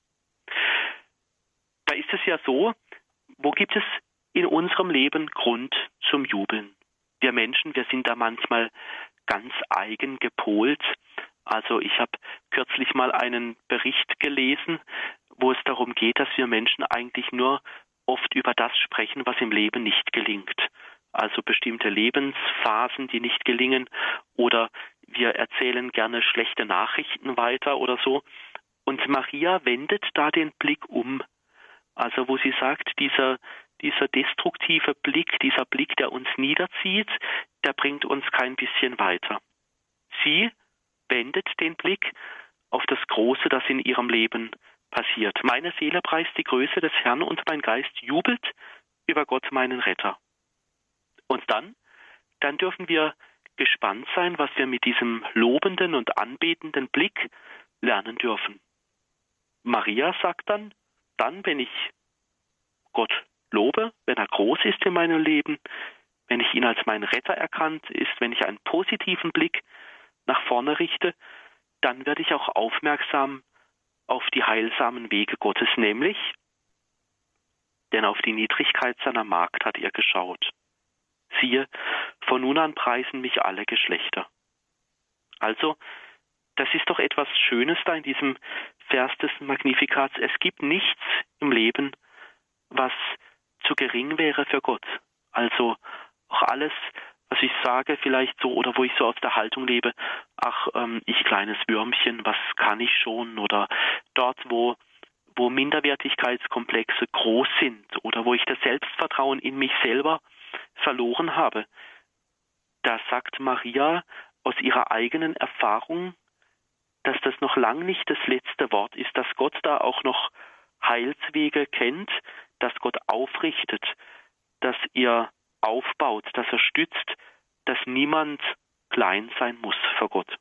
Da ist es ja so, wo gibt es in unserem Leben Grund zum Jubeln? Wir Menschen, wir sind da manchmal ganz eigen gepolt. Also ich habe kürzlich mal einen Bericht gelesen, wo es darum geht, dass wir Menschen eigentlich nur oft über das sprechen, was im Leben nicht gelingt. Also bestimmte Lebensphasen, die nicht gelingen, oder wir erzählen gerne schlechte Nachrichten weiter oder so. Und Maria wendet da den Blick um. Also wo sie sagt, dieser, dieser destruktive Blick, dieser Blick, der uns niederzieht, der bringt uns kein bisschen weiter. Sie wendet den Blick auf das Große, das in ihrem Leben passiert. Meine Seele preist die Größe des Herrn und mein Geist jubelt über Gott, meinen Retter. Und dann, dann dürfen wir gespannt sein, was wir mit diesem lobenden und anbetenden Blick lernen dürfen. Maria sagt dann, dann, wenn ich Gott lobe, wenn er groß ist in meinem Leben, wenn ich ihn als meinen Retter erkannt ist, wenn ich einen positiven Blick nach vorne richte, dann werde ich auch aufmerksam auf die heilsamen Wege Gottes, nämlich, denn auf die Niedrigkeit seiner Magd hat er geschaut. Siehe, von nun an preisen mich alle Geschlechter. Also, das ist doch etwas Schönes da in diesem Vers des Magnifikats. Es gibt nichts im Leben, was zu gering wäre für Gott. Also auch alles, was ich sage, vielleicht so, oder wo ich so aus der Haltung lebe, ach, ähm, ich kleines Würmchen, was kann ich schon? Oder dort, wo, wo Minderwertigkeitskomplexe groß sind oder wo ich das Selbstvertrauen in mich selber verloren habe. Da sagt Maria aus ihrer eigenen Erfahrung, dass das noch lang nicht das letzte Wort ist, dass Gott da auch noch Heilswege kennt, dass Gott aufrichtet, dass er aufbaut, dass er stützt, dass niemand klein sein muss vor Gott.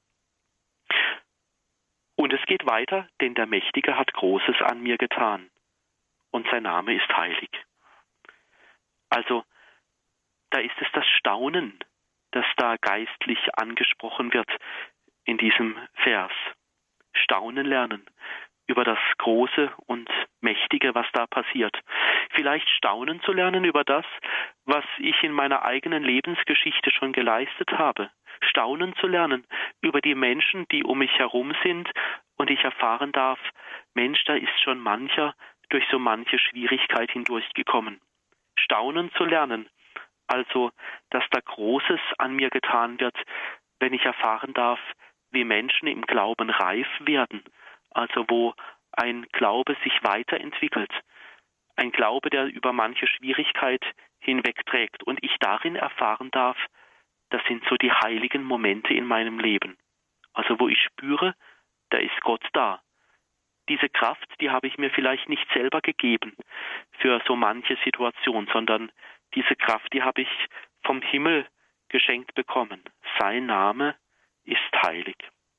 Und es geht weiter, denn der Mächtige hat Großes an mir getan und sein Name ist heilig. Also, da ist es das Staunen, das da geistlich angesprochen wird in diesem Vers. Staunen lernen über das Große und Mächtige, was da passiert. Vielleicht staunen zu lernen über das, was ich in meiner eigenen Lebensgeschichte schon geleistet habe. Staunen zu lernen über die Menschen, die um mich herum sind und ich erfahren darf, Mensch, da ist schon mancher durch so manche Schwierigkeit hindurchgekommen. staunen zu lernen. Also, dass da Großes an mir getan wird, wenn ich erfahren darf, wie Menschen im Glauben reif werden. Also, wo ein Glaube sich weiterentwickelt. Ein Glaube, der über manche Schwierigkeit hinwegträgt. Und ich darin erfahren darf, das sind so die heiligen Momente in meinem Leben. Also, wo ich spüre, da ist Gott da. Diese Kraft, die habe ich mir vielleicht nicht selber gegeben für so manche Situation, sondern diese Kraft, die habe ich vom Himmel geschenkt bekommen. Sein Name ist heilig.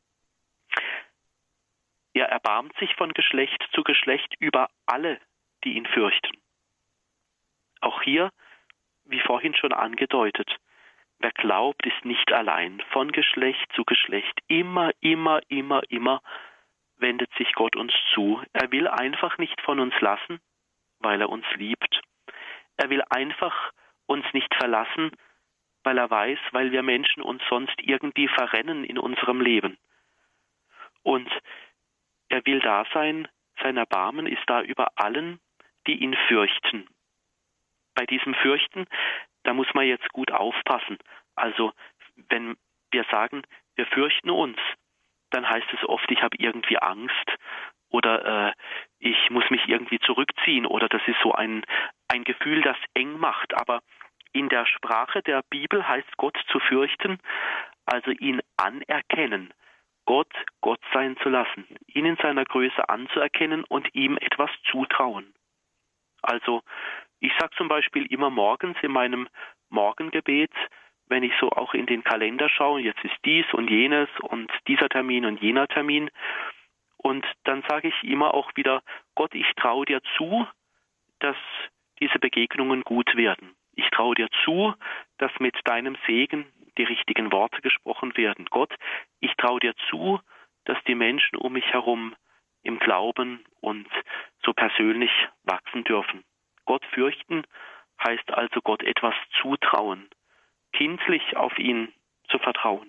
Er erbarmt sich von Geschlecht zu Geschlecht über alle, die ihn fürchten. Auch hier, wie vorhin schon angedeutet, wer glaubt, ist nicht allein. Von Geschlecht zu Geschlecht, immer, immer, immer, immer wendet sich Gott uns zu. Er will einfach nicht von uns lassen, weil er uns liebt. Er will einfach uns nicht verlassen, weil er weiß, weil wir Menschen uns sonst irgendwie verrennen in unserem Leben. Und er will da sein, sein Erbarmen ist da über allen, die ihn fürchten. Bei diesem Fürchten, da muss man jetzt gut aufpassen. Also, wenn wir sagen, wir fürchten uns, dann heißt es oft, ich habe irgendwie Angst oder äh, ich muss mich irgendwie zurückziehen oder das ist so ein, ein Gefühl, das eng macht. Aber in der Sprache der Bibel heißt Gott zu fürchten, also ihn anerkennen, Gott Gott sein zu lassen, ihn in seiner Größe anzuerkennen und ihm etwas zutrauen. Also ich sage zum Beispiel immer morgens in meinem Morgengebet, wenn ich so auch in den Kalender schaue, jetzt ist dies und jenes und dieser Termin und jener Termin. Und dann sage ich immer auch wieder, Gott, ich traue dir zu, dass diese Begegnungen gut werden. Ich traue dir zu, dass mit deinem Segen die richtigen Worte gesprochen werden. Gott, ich traue dir zu, dass die Menschen um mich herum im Glauben und so persönlich wachsen dürfen. Gott fürchten heißt also Gott etwas zutrauen, kindlich auf ihn zu vertrauen.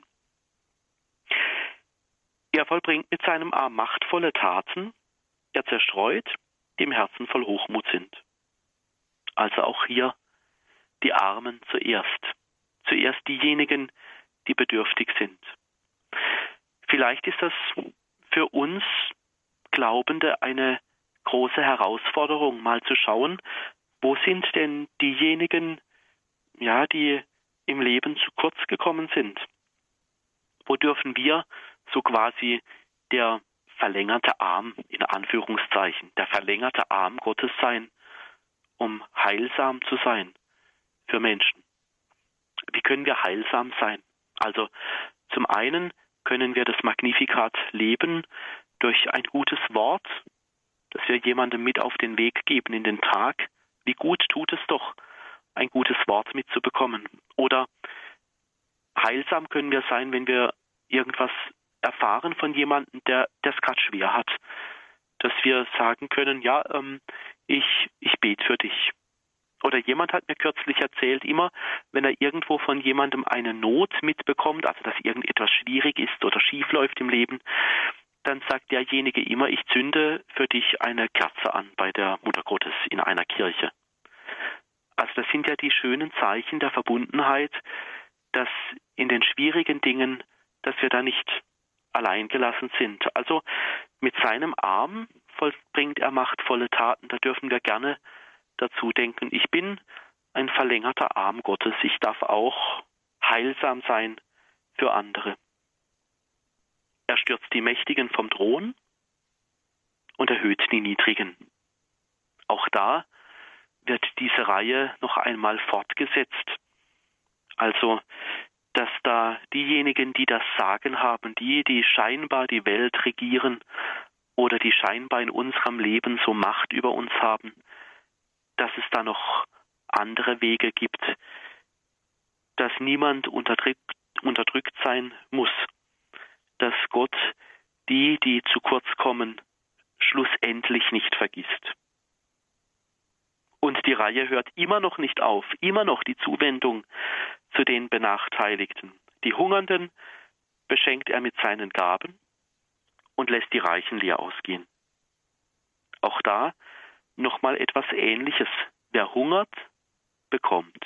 Er vollbringt mit seinem Arm machtvolle Taten, er zerstreut, die im Herzen voll Hochmut sind. Also auch hier die Armen zuerst. Zuerst diejenigen, die bedürftig sind. Vielleicht ist das für uns Glaubende eine große Herausforderung, mal zu schauen, wo sind denn diejenigen, ja, die im Leben zu kurz gekommen sind? Wo dürfen wir so quasi der verlängerte Arm, in Anführungszeichen, der verlängerte Arm Gottes sein, um heilsam zu sein für Menschen? Wie können wir heilsam sein? Also zum einen können wir das Magnificat leben durch ein gutes Wort, das wir jemandem mit auf den Weg geben in den Tag. Wie gut tut es doch, ein gutes Wort mitzubekommen. Oder heilsam können wir sein, wenn wir irgendwas erfahren von jemandem, der es gerade schwer hat. Dass wir sagen können, ja, ähm, ich, ich bete für dich. Oder jemand hat mir kürzlich erzählt, immer wenn er irgendwo von jemandem eine Not mitbekommt, also dass irgendetwas schwierig ist oder schief läuft im Leben, dann sagt derjenige immer, ich zünde für dich eine Kerze an bei der Mutter Gottes in einer Kirche. Also das sind ja die schönen Zeichen der Verbundenheit, dass in den schwierigen Dingen, dass wir da nicht allein gelassen sind. Also mit seinem Arm vollbringt er machtvolle Taten, da dürfen wir gerne dazu denken, ich bin ein verlängerter Arm Gottes, ich darf auch heilsam sein für andere. Er stürzt die Mächtigen vom Thron und erhöht die Niedrigen. Auch da wird diese Reihe noch einmal fortgesetzt. Also, dass da diejenigen, die das Sagen haben, die, die scheinbar die Welt regieren oder die scheinbar in unserem Leben so Macht über uns haben, dass es da noch andere Wege gibt, dass niemand unterdrückt, unterdrückt sein muss, dass Gott die, die zu kurz kommen, schlussendlich nicht vergisst. Und die Reihe hört immer noch nicht auf, immer noch die Zuwendung zu den Benachteiligten. Die Hungernden beschenkt er mit seinen Gaben und lässt die Reichen leer ausgehen. Auch da nochmal etwas Ähnliches. Wer hungert, bekommt.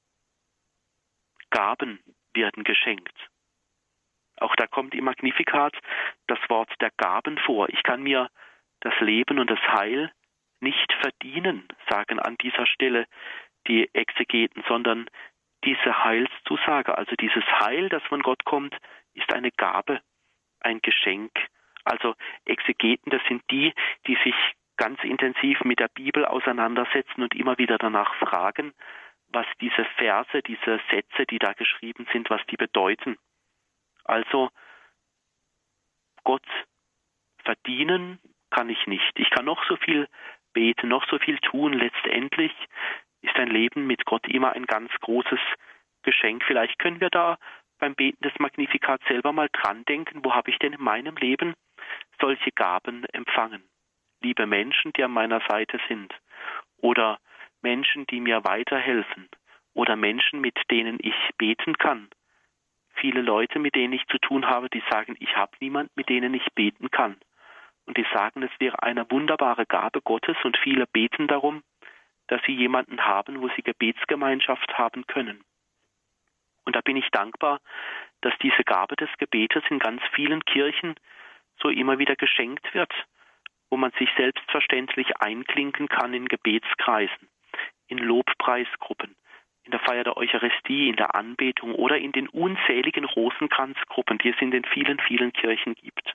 Gaben werden geschenkt. Auch da kommt im Magnificat das Wort der Gaben vor. Ich kann mir das Leben und das Heil nicht verdienen, sagen an dieser Stelle die Exegeten, sondern diese Heilszusage, also dieses Heil, das von Gott kommt, ist eine Gabe, ein Geschenk. Also Exegeten, das sind die, die sich ganz intensiv mit der Bibel auseinandersetzen und immer wieder danach fragen, was diese Verse, diese Sätze, die da geschrieben sind, was die bedeuten. Also Gott verdienen kann ich nicht. Ich kann noch so viel beten, noch so viel tun. Letztendlich ist ein Leben mit Gott immer ein ganz großes Geschenk. Vielleicht können wir da beim Beten des Magnifikats selber mal dran denken, wo habe ich denn in meinem Leben solche Gaben empfangen? Liebe Menschen, die an meiner Seite sind, oder Menschen, die mir weiterhelfen, oder Menschen, mit denen ich beten kann. Viele Leute, mit denen ich zu tun habe, die sagen, ich habe niemanden, mit denen ich beten kann. Und die sagen, es wäre eine wunderbare Gabe Gottes, und viele beten darum, dass sie jemanden haben, wo sie Gebetsgemeinschaft haben können. Und da bin ich dankbar, dass diese Gabe des Gebetes in ganz vielen Kirchen so immer wieder geschenkt wird, wo man sich selbstverständlich einklinken kann in Gebetskreisen, in Lobpreisgruppen, in der Feier der Eucharistie, in der Anbetung oder in den unzähligen Rosenkranzgruppen, die es in den vielen, vielen Kirchen gibt.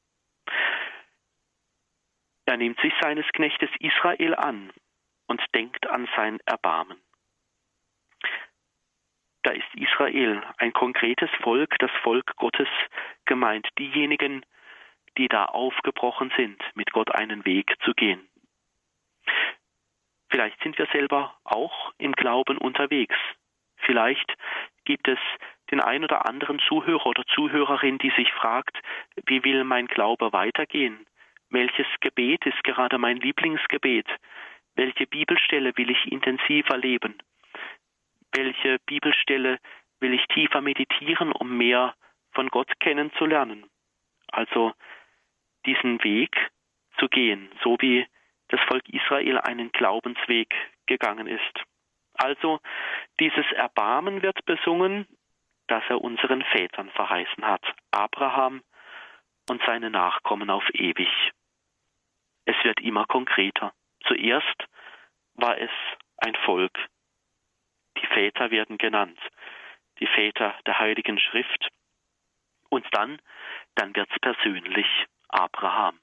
Er nimmt sich seines Knechtes Israel an und denkt an sein Erbarmen. Da ist Israel, ein konkretes Volk, das Volk Gottes gemeint, diejenigen, die da aufgebrochen sind, mit Gott einen Weg zu gehen. Vielleicht sind wir selber auch im Glauben unterwegs. Vielleicht gibt es den ein oder anderen Zuhörer oder Zuhörerin, die sich fragt, wie will mein Glaube weitergehen? Welches Gebet ist gerade mein Lieblingsgebet? Welche Bibelstelle will ich intensiver leben? Welche Bibelstelle will ich tiefer meditieren, um mehr von Gott kennenzulernen? Also diesen Weg zu gehen, so wie das Volk Israel einen Glaubensweg gegangen ist. Also dieses Erbarmen wird besungen, das er unseren Vätern verheißen hat, Abraham und seine Nachkommen auf ewig. Es wird immer konkreter. Zuerst war es ein Volk. Die Väter werden genannt, die Väter der Heiligen Schrift. Und dann, dann wird es persönlich, Abraham.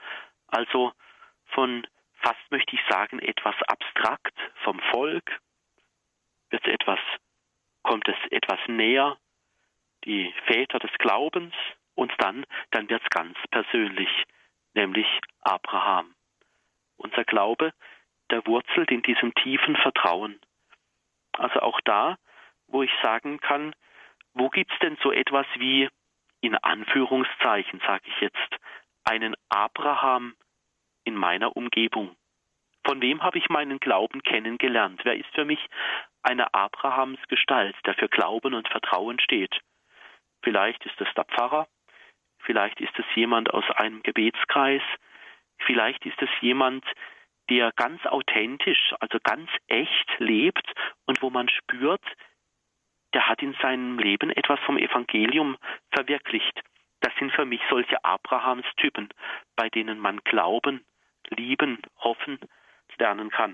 Also von, fast möchte ich sagen, etwas abstrakt vom Volk, wird etwas, kommt es etwas näher, die Väter des Glaubens, und dann, dann wird es ganz persönlich, nämlich Abraham. Unser Glaube, der wurzelt in diesem tiefen Vertrauen. Also auch da, wo ich sagen kann, wo gibt es denn so etwas wie, in Anführungszeichen sage ich jetzt, einen Abraham in meiner Umgebung? Von wem habe ich meinen Glauben kennengelernt? Wer ist für mich eine Abrahamsgestalt, der für Glauben und Vertrauen steht? Vielleicht ist es der Pfarrer, vielleicht ist es jemand aus einem Gebetskreis, vielleicht ist es jemand, der ganz authentisch, also ganz echt lebt und wo man spürt, der hat in seinem Leben etwas vom Evangelium verwirklicht. Das sind für mich solche Abrahamstypen, bei denen man glauben, lieben, hoffen, lernen kann.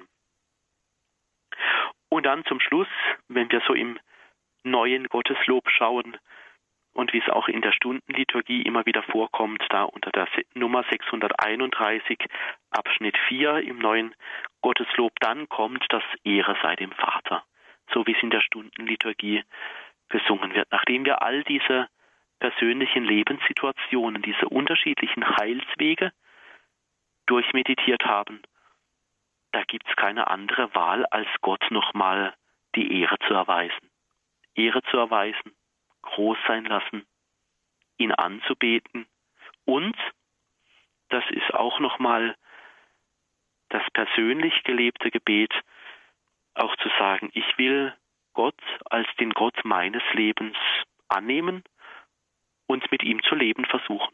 Und dann zum Schluss, wenn wir so im neuen Gotteslob schauen und wie es auch in der Stundenliturgie immer wieder vorkommt, da unter der Nummer sechshunderteinunddreißig, Abschnitt vier im neuen Gotteslob, dann kommt das Ehre sei dem Vater, so wie es in der Stundenliturgie gesungen wird. Nachdem wir all diese persönlichen Lebenssituationen, diese unterschiedlichen Heilswege durchmeditiert haben, da gibt es keine andere Wahl, als Gott nochmal die Ehre zu erweisen. Ehre zu erweisen, groß sein lassen, ihn anzubeten und, das ist auch nochmal das persönlich gelebte Gebet, auch zu sagen, ich will Gott als den Gott meines Lebens annehmen und mit ihm zu leben versuchen.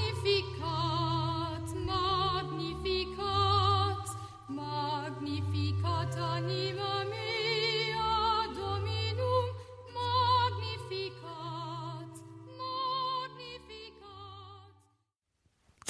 Magnificat, Magnificat, Magnificat.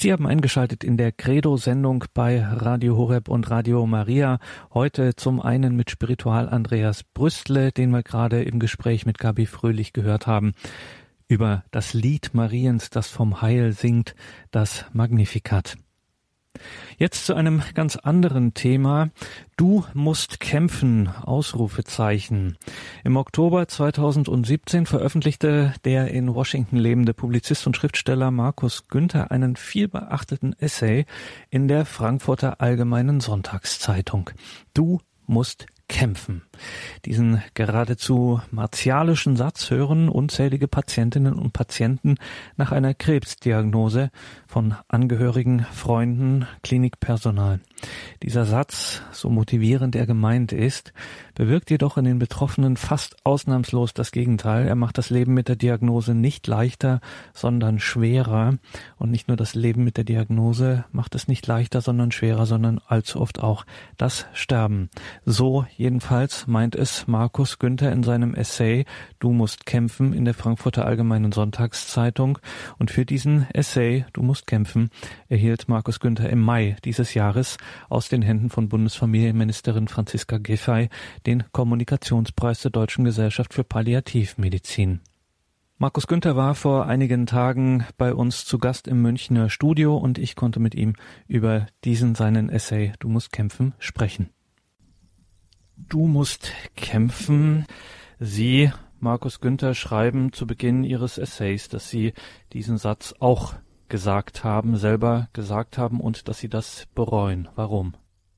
Sie haben eingeschaltet in der Credo-Sendung bei Radio Horeb und Radio Maria. Heute zum einen mit Spiritual Andreas Brüstle, den wir gerade im Gespräch mit Gabi Fröhlich gehört haben, über das Lied Mariens, das vom Heil singt, das Magnificat. Jetzt zu einem ganz anderen Thema. Du musst kämpfen, Ausrufezeichen. Im Oktober zweitausendsiebzehn veröffentlichte der in Washington lebende Publizist und Schriftsteller Markus Günther einen vielbeachteten Essay in der Frankfurter Allgemeinen Sonntagszeitung. Du musst kämpfen. Diesen geradezu martialischen Satz hören unzählige Patientinnen und Patienten nach einer Krebsdiagnose von Angehörigen, Freunden, Klinikpersonal. Dieser Satz, so motivierend er gemeint ist, bewirkt jedoch in den Betroffenen fast ausnahmslos das Gegenteil. Er macht das Leben mit der Diagnose nicht leichter, sondern schwerer. Und nicht nur das Leben mit der Diagnose macht es nicht leichter, sondern schwerer, sondern allzu oft auch das Sterben. So jedenfalls meint es Markus Günther in seinem Essay Du musst kämpfen in der Frankfurter Allgemeinen Sonntagszeitung. Und für diesen Essay Du musst kämpfen erhielt Markus Günther im Mai dieses Jahres aus den Händen von Bundesfamilienministerin Franziska Giffey den Kommunikationspreis der Deutschen Gesellschaft für Palliativmedizin. Markus Günther war vor einigen Tagen bei uns zu Gast im Münchner Studio und ich konnte mit ihm über diesen seinen Essay Du musst kämpfen sprechen. Du musst kämpfen. Sie, Markus Günther, schreiben zu Beginn Ihres Essays, dass Sie diesen Satz auch gesagt haben, selber gesagt haben und dass Sie das bereuen. Warum?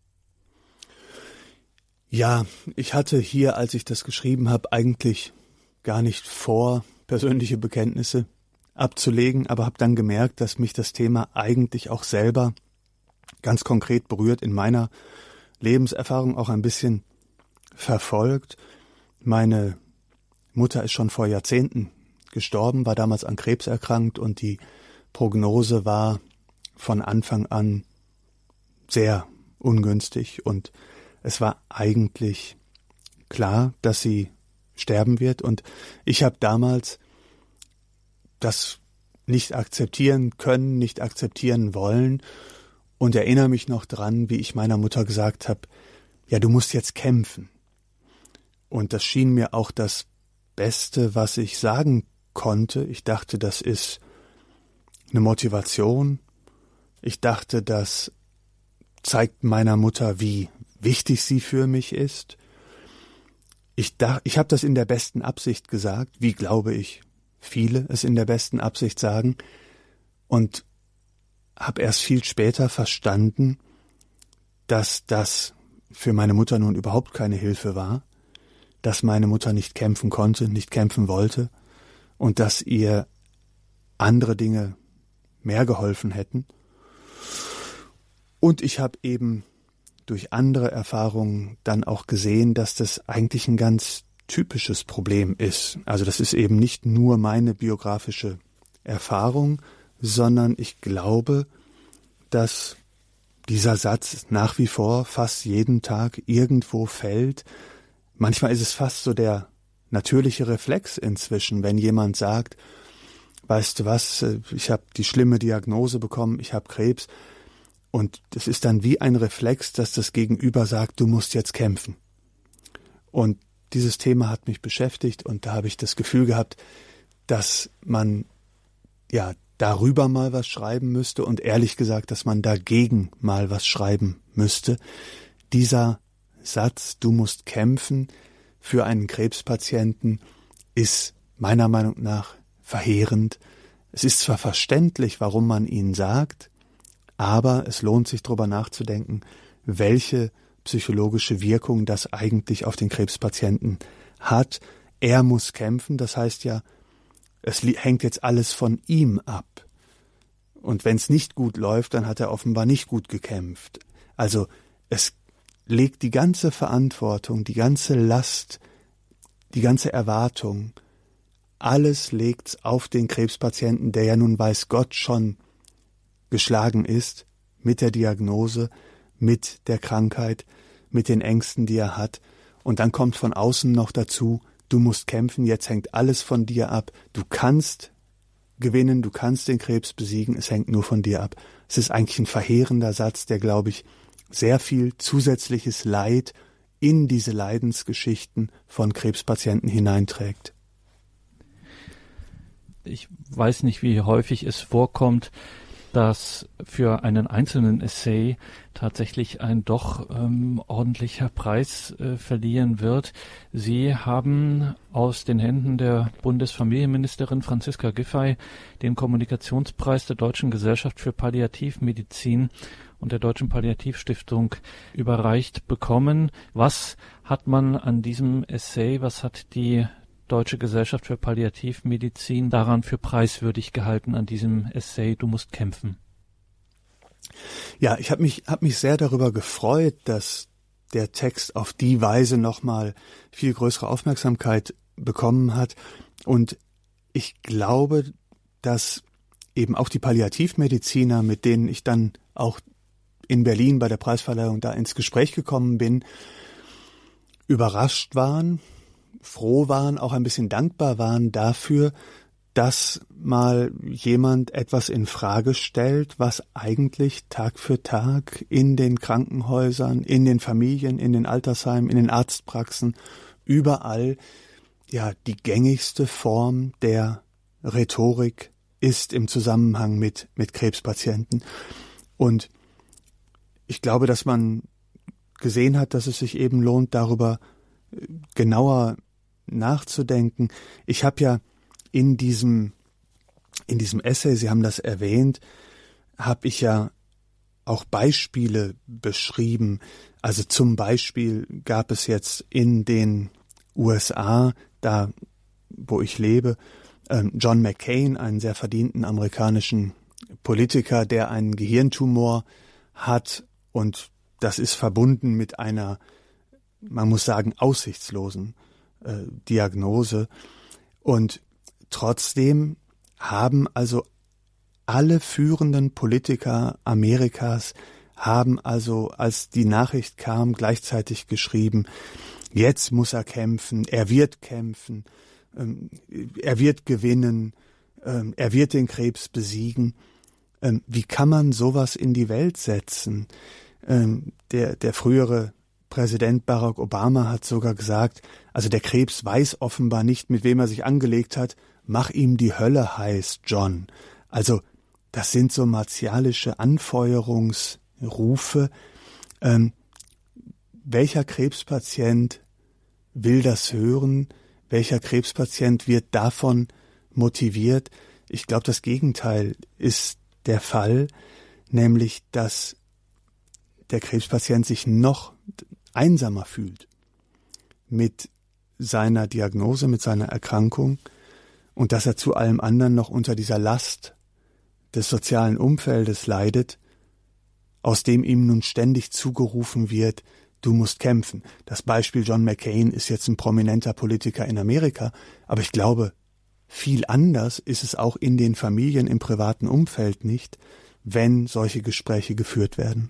Ja, ich hatte hier, als ich das geschrieben habe, eigentlich gar nicht vor, persönliche Bekenntnisse abzulegen, aber habe dann gemerkt, dass mich das Thema eigentlich auch selber ganz konkret berührt, in meiner Lebenserfahrung auch ein bisschen verfolgt. Meine Mutter ist schon vor Jahrzehnten gestorben, war damals an Krebs erkrankt und die Prognose war von Anfang an sehr ungünstig und es war eigentlich klar, dass sie sterben wird und ich habe damals das nicht akzeptieren können, nicht akzeptieren wollen und erinnere mich noch dran, wie ich meiner Mutter gesagt habe, ja, du musst jetzt kämpfen. Und das schien mir auch das Beste, was ich sagen konnte. Ich dachte, das ist eine Motivation. Ich dachte, das zeigt meiner Mutter, wie wichtig sie für mich ist. Ich dach, ich habe das in der besten Absicht gesagt, wie glaube ich viele es in der besten Absicht sagen, und habe erst viel später verstanden, dass das für meine Mutter nun überhaupt keine Hilfe war, dass meine Mutter nicht kämpfen konnte, nicht kämpfen wollte und dass ihr andere Dinge mehr geholfen hätten. Und ich habe eben durch andere Erfahrungen dann auch gesehen, dass das eigentlich ein ganz typisches Problem ist. Also das ist eben nicht nur meine biografische Erfahrung, sondern ich glaube, dass dieser Satz nach wie vor fast jeden Tag irgendwo fällt. Manchmal ist es fast so der natürliche Reflex inzwischen, wenn jemand sagt, weißt du was, ich habe die schlimme Diagnose bekommen, ich habe Krebs. Und das ist dann wie ein Reflex, dass das Gegenüber sagt, du musst jetzt kämpfen. Und dieses Thema hat mich beschäftigt und da habe ich das Gefühl gehabt, dass man ja darüber mal was schreiben müsste und ehrlich gesagt, dass man dagegen mal was schreiben müsste. Dieser Satz, du musst kämpfen für einen Krebspatienten, ist meiner Meinung nach verheerend. Es ist zwar verständlich, warum man ihn sagt, aber es lohnt sich darüber nachzudenken, welche psychologische Wirkung das eigentlich auf den Krebspatienten hat. Er muss kämpfen, das heißt ja, es hängt jetzt alles von ihm ab. Und wenn es nicht gut läuft, dann hat er offenbar nicht gut gekämpft. Also es legt die ganze Verantwortung, die ganze Last, die ganze Erwartung, alles legt's auf den Krebspatienten, der ja nun weiß Gott schon geschlagen ist, mit der Diagnose, mit der Krankheit, mit den Ängsten, die er hat. Und dann kommt von außen noch dazu, du musst kämpfen, jetzt hängt alles von dir ab. Du kannst gewinnen, du kannst den Krebs besiegen, es hängt nur von dir ab. Es ist eigentlich ein verheerender Satz, der, glaube ich, sehr viel zusätzliches Leid in diese Leidensgeschichten von Krebspatienten hineinträgt. Ich weiß nicht, wie häufig es vorkommt, dass für einen einzelnen Essay tatsächlich ein doch ähm, ordentlicher Preis äh, verliehen wird. Sie haben aus den Händen der Bundesfamilienministerin Franziska Giffey den Kommunikationspreis der Deutschen Gesellschaft für Palliativmedizin und der Deutschen Palliativstiftung überreicht bekommen. Was hat man an diesem Essay, was hat die Deutsche Gesellschaft für Palliativmedizin daran für preiswürdig gehalten an diesem Essay Du musst kämpfen? Ja, ich habe mich hab mich sehr darüber gefreut, dass der Text auf die Weise nochmal viel größere Aufmerksamkeit bekommen hat. Und ich glaube, dass eben auch die Palliativmediziner, mit denen ich dann auch in Berlin bei der Preisverleihung da ins Gespräch gekommen bin, überrascht waren, froh waren, auch ein bisschen dankbar waren dafür, dass mal jemand etwas in Frage stellt, was eigentlich Tag für Tag in den Krankenhäusern, in den Familien, in den Altersheimen, in den Arztpraxen, überall ja die gängigste Form der Rhetorik ist im Zusammenhang mit mit Krebspatienten. Und ich glaube, dass man gesehen hat, dass es sich eben lohnt, darüber genauer nachzudenken. Ich habe ja in diesem in diesem Essay, Sie haben das erwähnt, habe ich ja auch Beispiele beschrieben. Also zum Beispiel gab es jetzt in den U S A, da wo ich lebe, John McCain, einen sehr verdienten amerikanischen Politiker, der einen Gehirntumor hat, und das ist verbunden mit einer, man muss sagen, aussichtslosen äh, Diagnose. Und trotzdem haben also alle führenden Politiker Amerikas, haben also, als die Nachricht kam, gleichzeitig geschrieben, jetzt muss er kämpfen, er wird kämpfen, ähm, er wird gewinnen, ähm, er wird den Krebs besiegen. Ähm, wie kann man sowas in die Welt setzen? Ähm, der, der frühere Präsident Barack Obama hat sogar gesagt, also der Krebs weiß offenbar nicht, mit wem er sich angelegt hat, mach ihm die Hölle heiß, John. Also das sind so martialische Anfeuerungsrufe. Ähm, welcher Krebspatient will das hören? Welcher Krebspatient wird davon motiviert? Ich glaube, das Gegenteil ist der Fall, nämlich dass der Krebspatient sich noch einsamer fühlt mit seiner Diagnose, mit seiner Erkrankung, und dass er zu allem anderen noch unter dieser Last des sozialen Umfeldes leidet, aus dem ihm nun ständig zugerufen wird, du musst kämpfen. Das Beispiel John McCain ist jetzt ein prominenter Politiker in Amerika, aber ich glaube, viel anders ist es auch in den Familien, im privaten Umfeld nicht, wenn solche Gespräche geführt werden.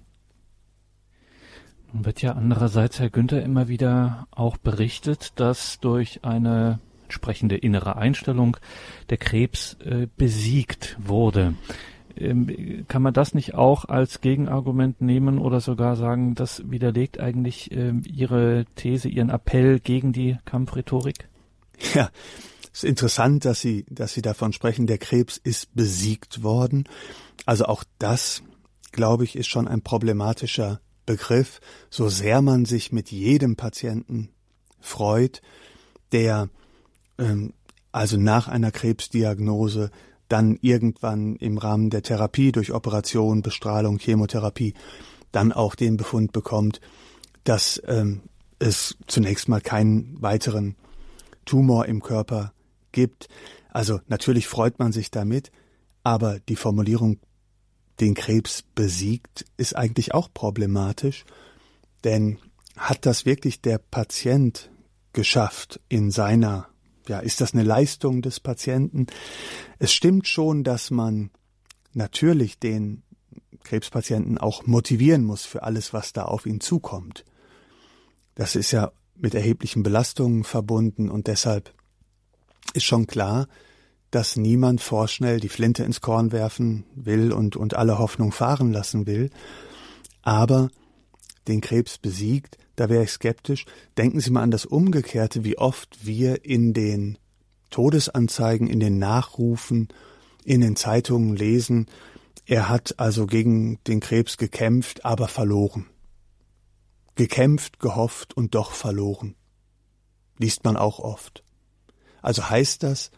Nun wird ja andererseits, Herr Günther, immer wieder auch berichtet, dass durch eine entsprechende innere Einstellung der Krebs äh, besiegt wurde. Ähm, kann man das nicht auch als Gegenargument nehmen oder sogar sagen, das widerlegt eigentlich ähm, Ihre These, Ihren Appell gegen die Kampfrhetorik? Ja, es ist interessant, dass Sie, dass Sie davon sprechen, der Krebs ist besiegt worden. Also auch das, glaube ich, ist schon ein problematischer Begriff, so sehr man sich mit jedem Patienten freut, der ähm, also nach einer Krebsdiagnose dann irgendwann im Rahmen der Therapie durch Operation, Bestrahlung, Chemotherapie dann auch den Befund bekommt, dass ähm, es zunächst mal keinen weiteren Tumor im Körper gibt. Also natürlich freut man sich damit, aber die Formulierung den Krebs besiegt, ist eigentlich auch problematisch, denn hat das wirklich der Patient geschafft in seiner, ja, ist das eine Leistung des Patienten? Es stimmt schon, dass man natürlich den Krebspatienten auch motivieren muss für alles, was da auf ihn zukommt. Das ist ja mit erheblichen Belastungen verbunden und deshalb ist schon klar, dass niemand vorschnell die Flinte ins Korn werfen will und, und alle Hoffnung fahren lassen will. Aber den Krebs besiegt, da wäre ich skeptisch. Denken Sie mal an das Umgekehrte, wie oft wir in den Todesanzeigen, in den Nachrufen, in den Zeitungen lesen, er hat also gegen den Krebs gekämpft, aber verloren. Gekämpft, gehofft und doch verloren. Liest man auch oft. Also heißt das,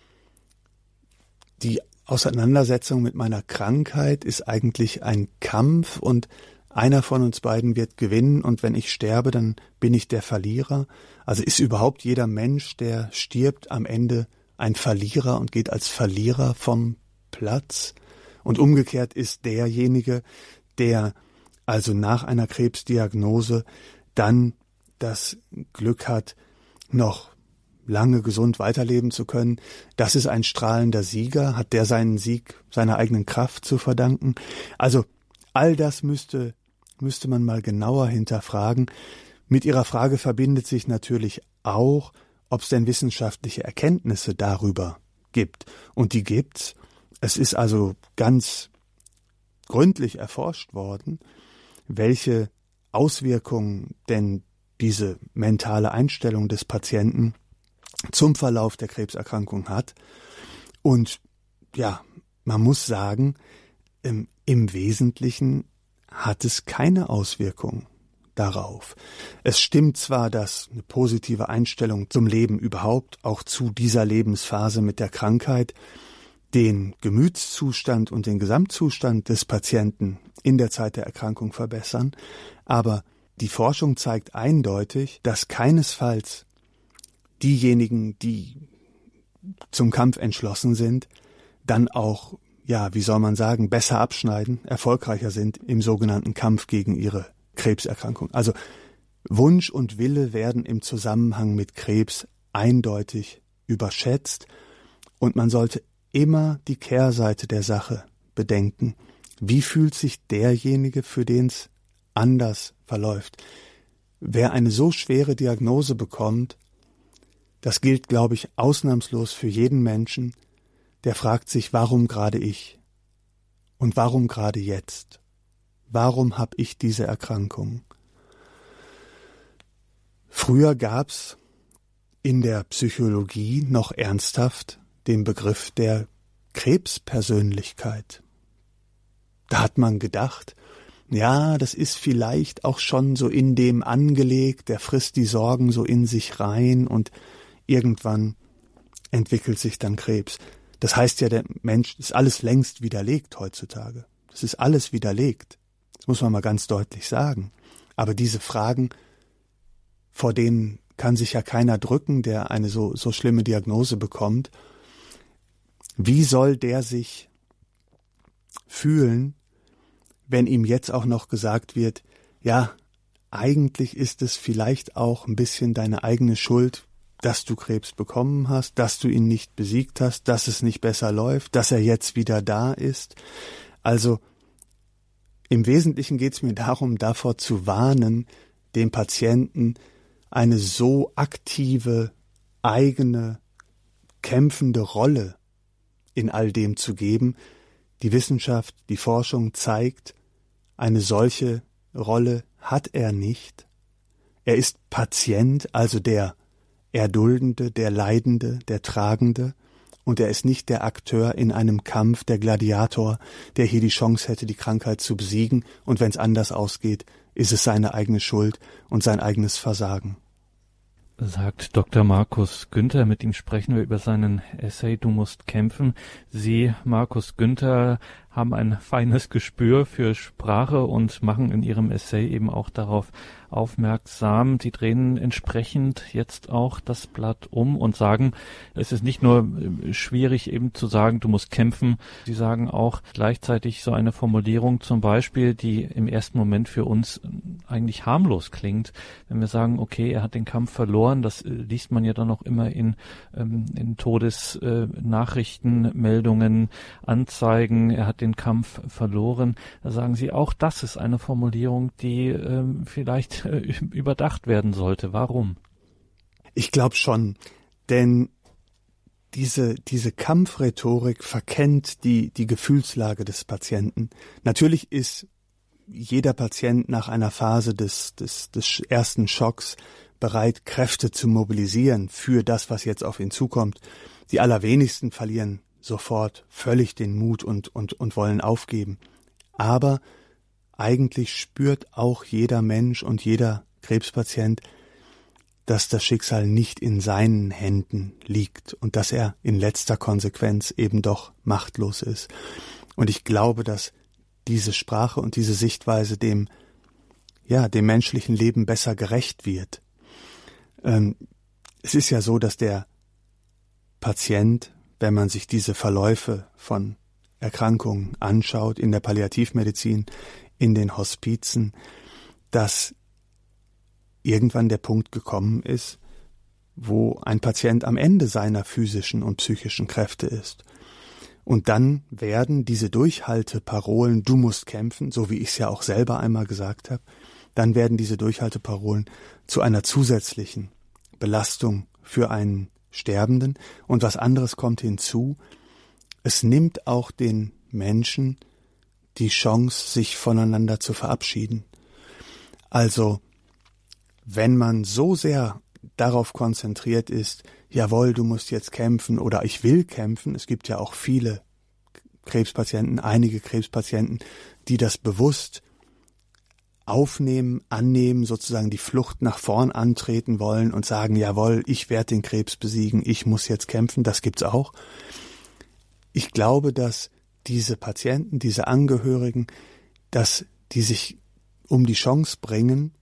die Auseinandersetzung mit meiner Krankheit ist eigentlich ein Kampf und einer von uns beiden wird gewinnen und wenn ich sterbe, dann bin ich der Verlierer. Also ist überhaupt jeder Mensch, der stirbt, am Ende ein Verlierer und geht als Verlierer vom Platz? Und umgekehrt ist derjenige, der also nach einer Krebsdiagnose dann das Glück hat, noch lange gesund weiterleben zu können, das ist ein strahlender Sieger, hat der seinen Sieg seiner eigenen Kraft zu verdanken. Also all das müsste, müsste man mal genauer hinterfragen. Mit Ihrer Frage verbindet sich natürlich auch, ob es denn wissenschaftliche Erkenntnisse darüber gibt. Und die gibt's. Es ist also ganz gründlich erforscht worden, welche Auswirkungen denn diese mentale Einstellung des Patienten zum Verlauf der Krebserkrankung hat. Und ja, man muss sagen, im, im Wesentlichen hat es keine Auswirkung darauf. Es stimmt zwar, dass eine positive Einstellung zum Leben überhaupt, auch zu dieser Lebensphase mit der Krankheit, den Gemütszustand und den Gesamtzustand des Patienten in der Zeit der Erkrankung verbessern, aber die Forschung zeigt eindeutig, dass keinesfalls diejenigen, die zum Kampf entschlossen sind, dann auch, ja, wie soll man sagen, besser abschneiden, erfolgreicher sind im sogenannten Kampf gegen ihre Krebserkrankung. Also Wunsch und Wille werden im Zusammenhang mit Krebs eindeutig überschätzt und man sollte immer die Kehrseite der Sache bedenken. Wie fühlt sich derjenige, für den es anders verläuft? Wer eine so schwere Diagnose bekommt, das gilt, glaube ich, ausnahmslos für jeden Menschen, der fragt sich, warum gerade ich? Und warum gerade jetzt? Warum habe ich diese Erkrankung? Früher gab's in der Psychologie noch ernsthaft den Begriff der Krebspersönlichkeit. Da hat man gedacht, ja, das ist vielleicht auch schon so in dem angelegt, der frisst die Sorgen so in sich rein und irgendwann entwickelt sich dann Krebs. Das heißt ja, der Mensch ist alles längst widerlegt heutzutage. Das ist alles widerlegt. Das muss man mal ganz deutlich sagen. Aber diese Fragen, vor denen kann sich ja keiner drücken, der eine so, so schlimme Diagnose bekommt. Wie soll der sich fühlen, wenn ihm jetzt auch noch gesagt wird, ja, eigentlich ist es vielleicht auch ein bisschen deine eigene Schuld, dass du Krebs bekommen hast, dass du ihn nicht besiegt hast, dass es nicht besser läuft, dass er jetzt wieder da ist. Also im Wesentlichen geht es mir darum, davor zu warnen, dem Patienten eine so aktive, eigene, kämpfende Rolle in all dem zu geben. Die Wissenschaft, die Forschung zeigt, eine solche Rolle hat er nicht. Er ist Patient, also der Erduldende, der Leidende, der Tragende, und er ist nicht der Akteur in einem Kampf, der Gladiator, der hier die Chance hätte, die Krankheit zu besiegen, und wenn es anders ausgeht, ist es seine eigene Schuld und sein eigenes Versagen. Sagt Doktor Markus Günther. Mit ihm sprechen wir über seinen Essay Du musst kämpfen. Sie, Markus Günther, haben ein feines Gespür für Sprache und machen in ihrem Essay eben auch darauf aufmerksam. Sie drehen entsprechend jetzt auch das Blatt um und sagen, es ist nicht nur schwierig eben zu sagen, du musst kämpfen. Sie sagen auch gleichzeitig so eine Formulierung zum Beispiel, die im ersten Moment für uns eigentlich harmlos klingt. Wenn wir sagen, okay, er hat den Kampf verloren, das liest man ja dann auch immer in, in Todesnachrichten, Meldungen, Anzeigen, er hat den Kampf verloren. Da sagen Sie, auch das ist eine Formulierung, die äh, vielleicht äh, überdacht werden sollte. Warum? Ich glaube schon, denn diese, diese Kampfrhetorik verkennt die, die Gefühlslage des Patienten. Natürlich ist jeder Patient nach einer Phase des, des, des ersten Schocks bereit, Kräfte zu mobilisieren für das, was jetzt auf ihn zukommt. Die allerwenigsten verlieren sofort völlig den Mut und, und, und wollen aufgeben. Aber eigentlich spürt auch jeder Mensch und jeder Krebspatient, dass das Schicksal nicht in seinen Händen liegt und dass er in letzter Konsequenz eben doch machtlos ist. Und ich glaube, dass diese Sprache und diese Sichtweise dem, ja, dem menschlichen Leben besser gerecht wird. Ähm, es ist ja so, dass der Patient, wenn man sich diese Verläufe von Erkrankungen anschaut, in der Palliativmedizin, in den Hospizen, dass irgendwann der Punkt gekommen ist, wo ein Patient am Ende seiner physischen und psychischen Kräfte ist. Und dann werden diese Durchhalteparolen, du musst kämpfen, so wie ich es ja auch selber einmal gesagt habe, dann werden diese Durchhalteparolen zu einer zusätzlichen Belastung für einen Sterbenden. Und was anderes kommt hinzu, es nimmt auch den Menschen die Chance, sich voneinander zu verabschieden. Also, wenn man so sehr darauf konzentriert ist, jawohl, du musst jetzt kämpfen oder ich will kämpfen, es gibt ja auch viele Krebspatienten, einige Krebspatienten, die das bewusst aufnehmen, annehmen, sozusagen die Flucht nach vorn antreten wollen und sagen, jawohl, ich werde den Krebs besiegen, ich muss jetzt kämpfen, das gibt's auch. Ich glaube, dass diese Patienten, diese Angehörigen, dass die sich um die Chance bringen,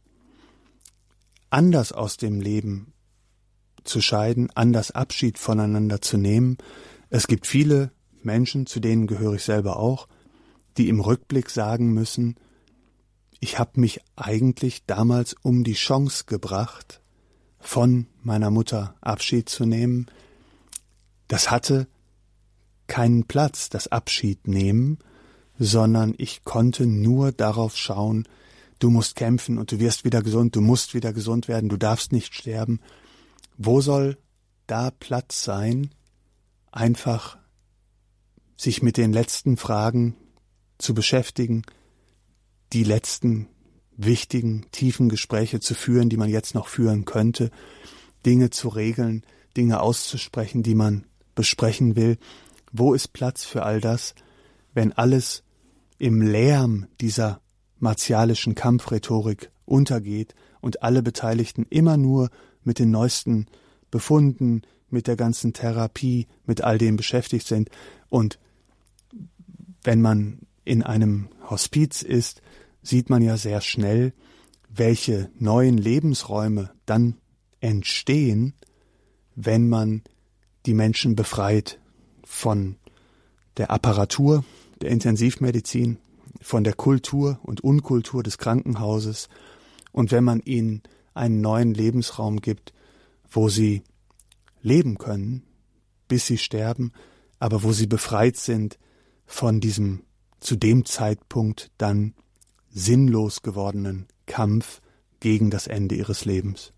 anders aus dem Leben zu scheiden, anders Abschied voneinander zu nehmen. Es gibt viele Menschen, zu denen gehöre ich selber auch, die im Rückblick sagen müssen, ich habe mich eigentlich damals um die Chance gebracht, von meiner Mutter Abschied zu nehmen. Das hatte keinen Platz, das Abschied nehmen, sondern ich konnte nur darauf schauen, du musst kämpfen und du wirst wieder gesund, du musst wieder gesund werden, du darfst nicht sterben. Wo soll da Platz sein, einfach sich mit den letzten Fragen zu beschäftigen, die letzten wichtigen, tiefen Gespräche zu führen, die man jetzt noch führen könnte, Dinge zu regeln, Dinge auszusprechen, die man besprechen will. Wo ist Platz für all das, wenn alles im Lärm dieser martialischen Kampfrhetorik untergeht und alle Beteiligten immer nur mit den neuesten Befunden, mit der ganzen Therapie, mit all dem beschäftigt sind. Und wenn man in einem Hospiz ist, sieht man ja sehr schnell, welche neuen Lebensräume dann entstehen, wenn man die Menschen befreit von der Apparatur der Intensivmedizin, von der Kultur und Unkultur des Krankenhauses und wenn man ihnen einen neuen Lebensraum gibt, wo sie leben können, bis sie sterben, aber wo sie befreit sind von diesem zu dem Zeitpunkt dann sinnlos gewordenen Kampf gegen das Ende ihres Lebens.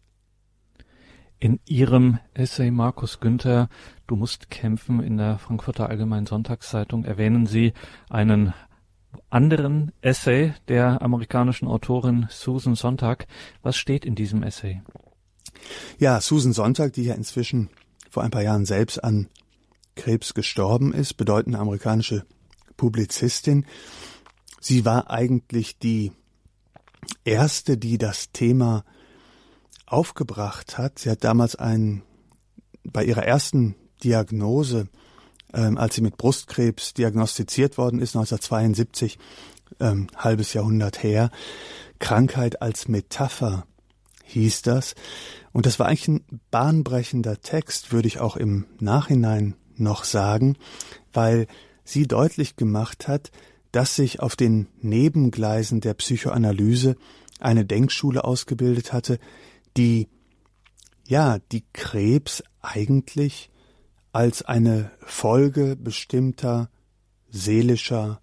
In Ihrem Essay, Markus Günther, Du musst kämpfen, in der Frankfurter Allgemeinen Sonntagszeitung erwähnen Sie einen anderen Essay der amerikanischen Autorin Susan Sontag. Was steht in diesem Essay? Ja, Susan Sontag, die ja inzwischen vor ein paar Jahren selbst an Krebs gestorben ist, bedeutende amerikanische Publizistin. Sie war eigentlich die erste, die das Thema aufgebracht hat. Sie hat damals einen, bei ihrer ersten Diagnose, ähm, als sie mit Brustkrebs diagnostiziert worden ist, neunzehnhundertzweiundsiebzig, ähm, halbes Jahrhundert her, Krankheit als Metapher hieß das. Und das war eigentlich ein bahnbrechender Text, würde ich auch im Nachhinein noch sagen, weil sie deutlich gemacht hat, dass sich auf den Nebengleisen der Psychoanalyse eine Denkschule ausgebildet hatte, die, ja, die Krebs eigentlich als eine Folge bestimmter seelischer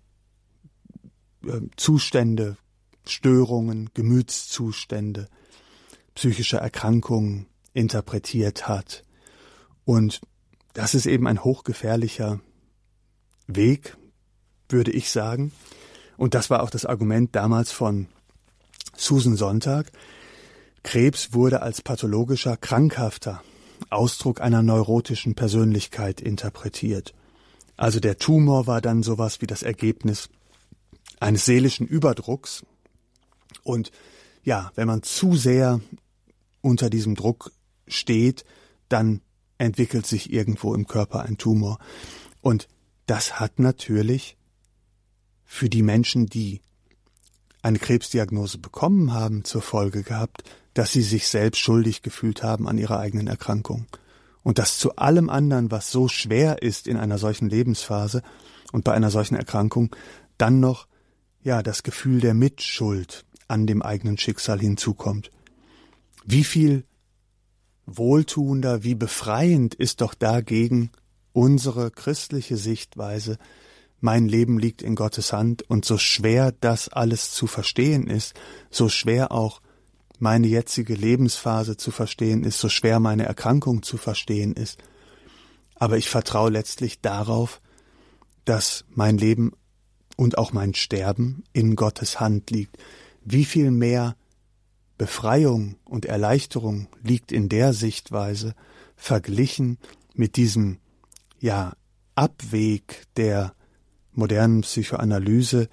äh, Zustände, Störungen, Gemütszustände, psychische Erkrankungen interpretiert hat. Und das ist eben ein hochgefährlicher Weg, würde ich sagen. Und das war auch das Argument damals von Susan Sontag. Krebs wurde als pathologischer, krankhafter Ausdruck einer neurotischen Persönlichkeit interpretiert. Also der Tumor war dann sowas wie das Ergebnis eines seelischen Überdrucks. Und ja, wenn man zu sehr unter diesem Druck steht, dann entwickelt sich irgendwo im Körper ein Tumor. Und das hat natürlich für die Menschen, die eine Krebsdiagnose bekommen haben, zur Folge gehabt, dass sie sich selbst schuldig gefühlt haben an ihrer eigenen Erkrankung. Und dass zu allem anderen, was so schwer ist in einer solchen Lebensphase und bei einer solchen Erkrankung, dann noch ja das Gefühl der Mitschuld an dem eigenen Schicksal hinzukommt. Wie viel wohltuender, wie befreiend ist doch dagegen unsere christliche Sichtweise, mein Leben liegt in Gottes Hand, und so schwer das alles zu verstehen ist, so schwer auch meine jetzige Lebensphase zu verstehen ist, so schwer meine Erkrankung zu verstehen ist. Aber ich vertraue letztlich darauf, dass mein Leben und auch mein Sterben in Gottes Hand liegt. Wie viel mehr Befreiung und Erleichterung liegt in der Sichtweise, verglichen mit diesem, ja, Abweg der modernen Psychoanalyse,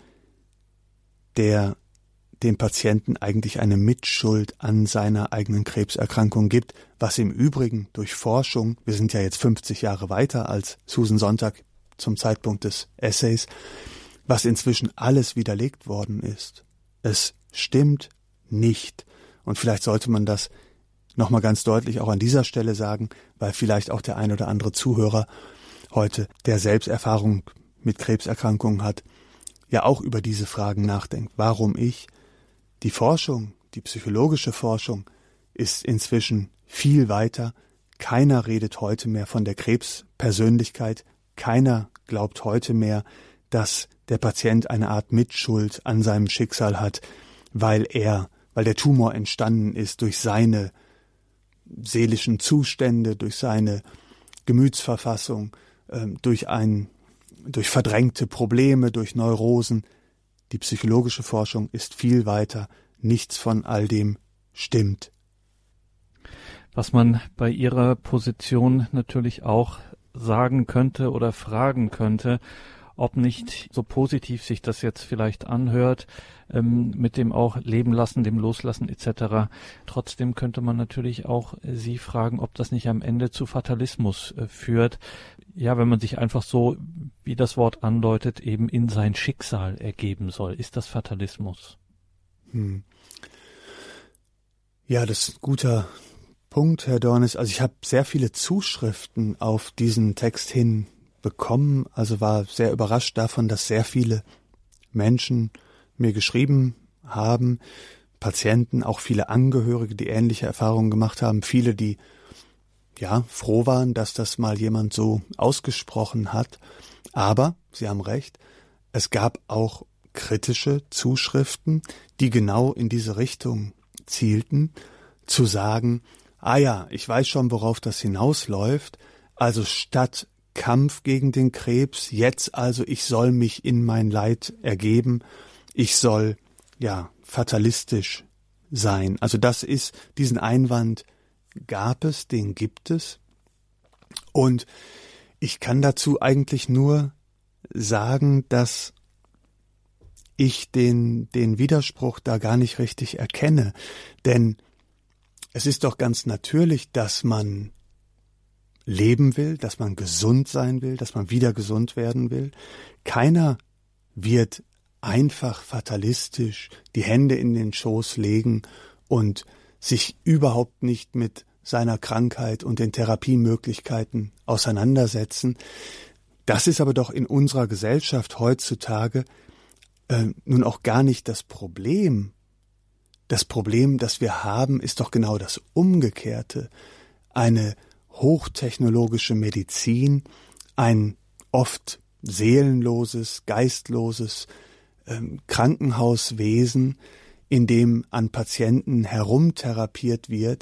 der dem Patienten eigentlich eine Mitschuld an seiner eigenen Krebserkrankung gibt, was im Übrigen durch Forschung, wir sind ja jetzt fünfzig Jahre weiter als Susan Sontag zum Zeitpunkt des Essays, was inzwischen alles widerlegt worden ist. Es stimmt nicht. Und vielleicht sollte man das nochmal ganz deutlich auch an dieser Stelle sagen, weil vielleicht auch der ein oder andere Zuhörer heute, der Selbsterfahrung mit Krebserkrankungen hat, ja auch über diese Fragen nachdenkt. Warum ich? Die Forschung, die psychologische Forschung ist inzwischen viel weiter. Keiner redet heute mehr von der Krebspersönlichkeit. Keiner glaubt heute mehr, dass der Patient eine Art Mitschuld an seinem Schicksal hat, weil er, weil der Tumor entstanden ist durch seine seelischen Zustände, durch seine Gemütsverfassung, äh, durch ein, durch verdrängte Probleme, durch Neurosen. Die psychologische Forschung ist viel weiter. Nichts von all dem stimmt. Was man bei Ihrer Position natürlich auch sagen könnte oder fragen könnte, ob nicht, so positiv sich das jetzt vielleicht anhört, ähm, mit dem auch Leben lassen, dem Loslassen et cetera. Trotzdem könnte man natürlich auch Sie fragen, ob das nicht am Ende zu Fatalismus äh, führt. Ja, wenn man sich einfach so, wie das Wort andeutet, eben in sein Schicksal ergeben soll. Ist das Fatalismus? Hm. Ja, das ist ein guter Punkt, Herr Dornis. Also ich habe sehr viele Zuschriften auf diesen Text hin bekommen, also war sehr überrascht davon, dass sehr viele Menschen mir geschrieben haben, Patienten, auch viele Angehörige, die ähnliche Erfahrungen gemacht haben, viele, die ja froh waren, dass das mal jemand so ausgesprochen hat. Aber, Sie haben recht, es gab auch kritische Zuschriften, die genau in diese Richtung zielten, zu sagen, ah ja, ich weiß schon, worauf das hinausläuft, also statt Kampf gegen den Krebs, jetzt also ich soll mich in mein Leid ergeben, ich soll, ja, fatalistisch sein. Also das ist, diesen Einwand gab es, den gibt es. Und ich kann dazu eigentlich nur sagen, dass ich den, den Widerspruch da gar nicht richtig erkenne. Denn es ist doch ganz natürlich, dass man leben will, dass man gesund sein will, dass man wieder gesund werden will. Keiner wird einfach fatalistisch die Hände in den Schoß legen und sich überhaupt nicht mit seiner Krankheit und den Therapiemöglichkeiten auseinandersetzen. Das ist aber doch in unserer Gesellschaft heutzutage äh, nun auch gar nicht das Problem. Das Problem, das wir haben, ist doch genau das Umgekehrte. Eine hochtechnologische Medizin, ein oft seelenloses, geistloses ähm, Krankenhauswesen, in dem an Patienten herumtherapiert wird,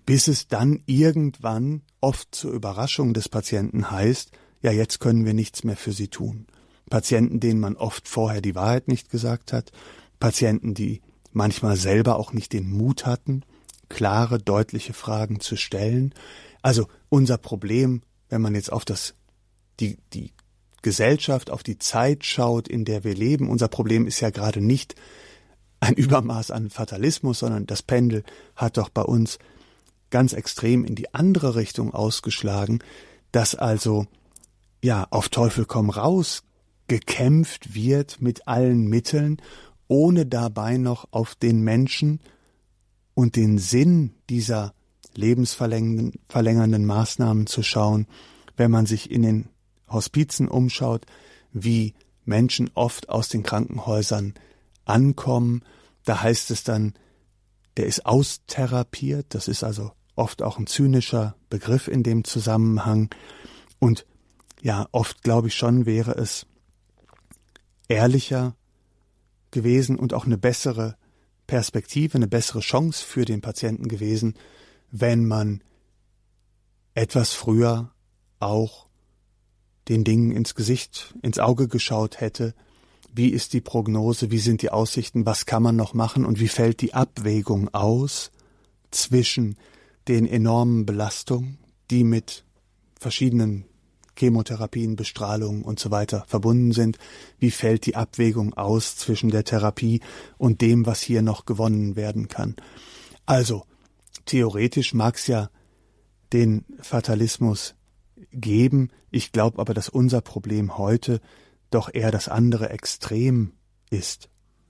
bis es dann irgendwann, oft zur Überraschung des Patienten, heißt, ja, jetzt können wir nichts mehr für sie tun. Patienten, denen man oft vorher die Wahrheit nicht gesagt hat, Patienten, die manchmal selber auch nicht den Mut hatten, klare, deutliche Fragen zu stellen. Also unser Problem, wenn man jetzt auf das, die, die Gesellschaft, auf die Zeit schaut, in der wir leben, unser Problem ist ja gerade nicht ein Übermaß an Fatalismus, sondern das Pendel hat doch bei uns ganz extrem in die andere Richtung ausgeschlagen, dass also ja auf Teufel komm raus gekämpft wird mit allen Mitteln, ohne dabei noch auf den Menschen und den Sinn dieser lebensverlängernden Maßnahmen zu schauen, wenn man sich in den Hospizen umschaut, wie Menschen oft aus den Krankenhäusern ankommen. Da heißt es dann, der ist austherapiert, das ist also oft auch ein zynischer Begriff in dem Zusammenhang. Und ja, oft glaube ich schon, wäre es ehrlicher gewesen und auch eine bessere Perspektive, eine bessere Chance für den Patienten gewesen, wenn man etwas früher auch den Dingen ins Gesicht, ins Auge geschaut hätte. Wie ist die Prognose, wie sind die Aussichten, was kann man noch machen und wie fällt die Abwägung aus zwischen den enormen Belastungen, die mit verschiedenen Chemotherapien, Bestrahlungen und so weiter verbunden sind. Wie fällt die Abwägung aus zwischen der Therapie und dem, was hier noch gewonnen werden kann? Also, theoretisch mag es ja den Fatalismus geben. Ich glaube aber, dass unser Problem heute doch eher das andere Extrem ist.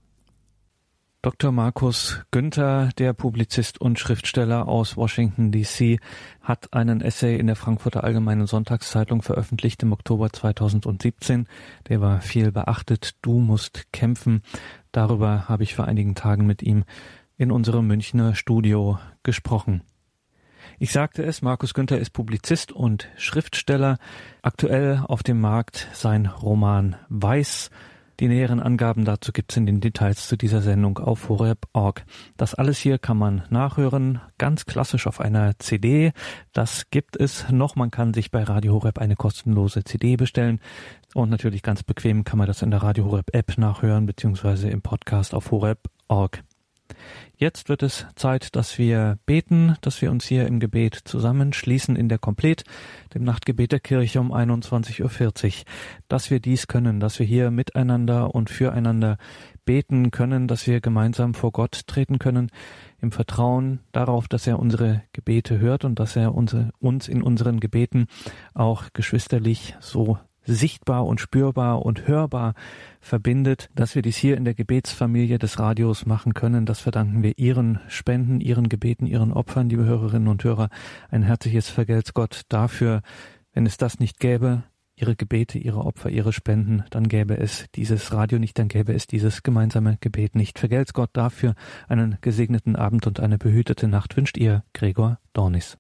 Doktor Markus Günther, der Publizist und Schriftsteller aus Washington D C, hat einen Essay in der Frankfurter Allgemeinen Sonntagszeitung veröffentlicht im Oktober zweitausendsiebzehn. Der war viel beachtet. Du musst kämpfen. Darüber habe ich vor einigen Tagen mit ihm in unserem Münchner Studio gesprochen. Ich sagte es, Markus Günther ist Publizist und Schriftsteller. Aktuell auf dem Markt sein Roman Weiß. Die näheren Angaben dazu gibt's in den Details zu dieser Sendung auf horeb punkt org. Das alles hier kann man nachhören, ganz klassisch auf einer C D. Das gibt es noch. Man kann sich bei Radio Horeb eine kostenlose C D bestellen. Und natürlich ganz bequem kann man das in der Radio Horeb App nachhören, beziehungsweise im Podcast auf horeb punkt org. Jetzt wird es Zeit, dass wir beten, dass wir uns hier im Gebet zusammenschließen in der Komplet, dem Nachtgebet der Kirche um einundzwanzig Uhr vierzig. Dass wir dies können, dass wir hier miteinander und füreinander beten können, dass wir gemeinsam vor Gott treten können, im Vertrauen darauf, dass er unsere Gebete hört und dass er unsere, uns in unseren Gebeten auch geschwisterlich so sichtbar und spürbar und hörbar verbindet. Dass wir dies hier in der Gebetsfamilie des Radios machen können, das verdanken wir Ihren Spenden, Ihren Gebeten, Ihren Opfern, liebe Hörerinnen und Hörer. Ein herzliches Vergelt's Gott dafür. Wenn es das nicht gäbe, Ihre Gebete, Ihre Opfer, Ihre Spenden, dann gäbe es dieses Radio nicht, dann gäbe es dieses gemeinsame Gebet nicht. Vergelt's Gott dafür. Einen gesegneten Abend und eine behütete Nacht wünscht Ihr Gregor Dornis.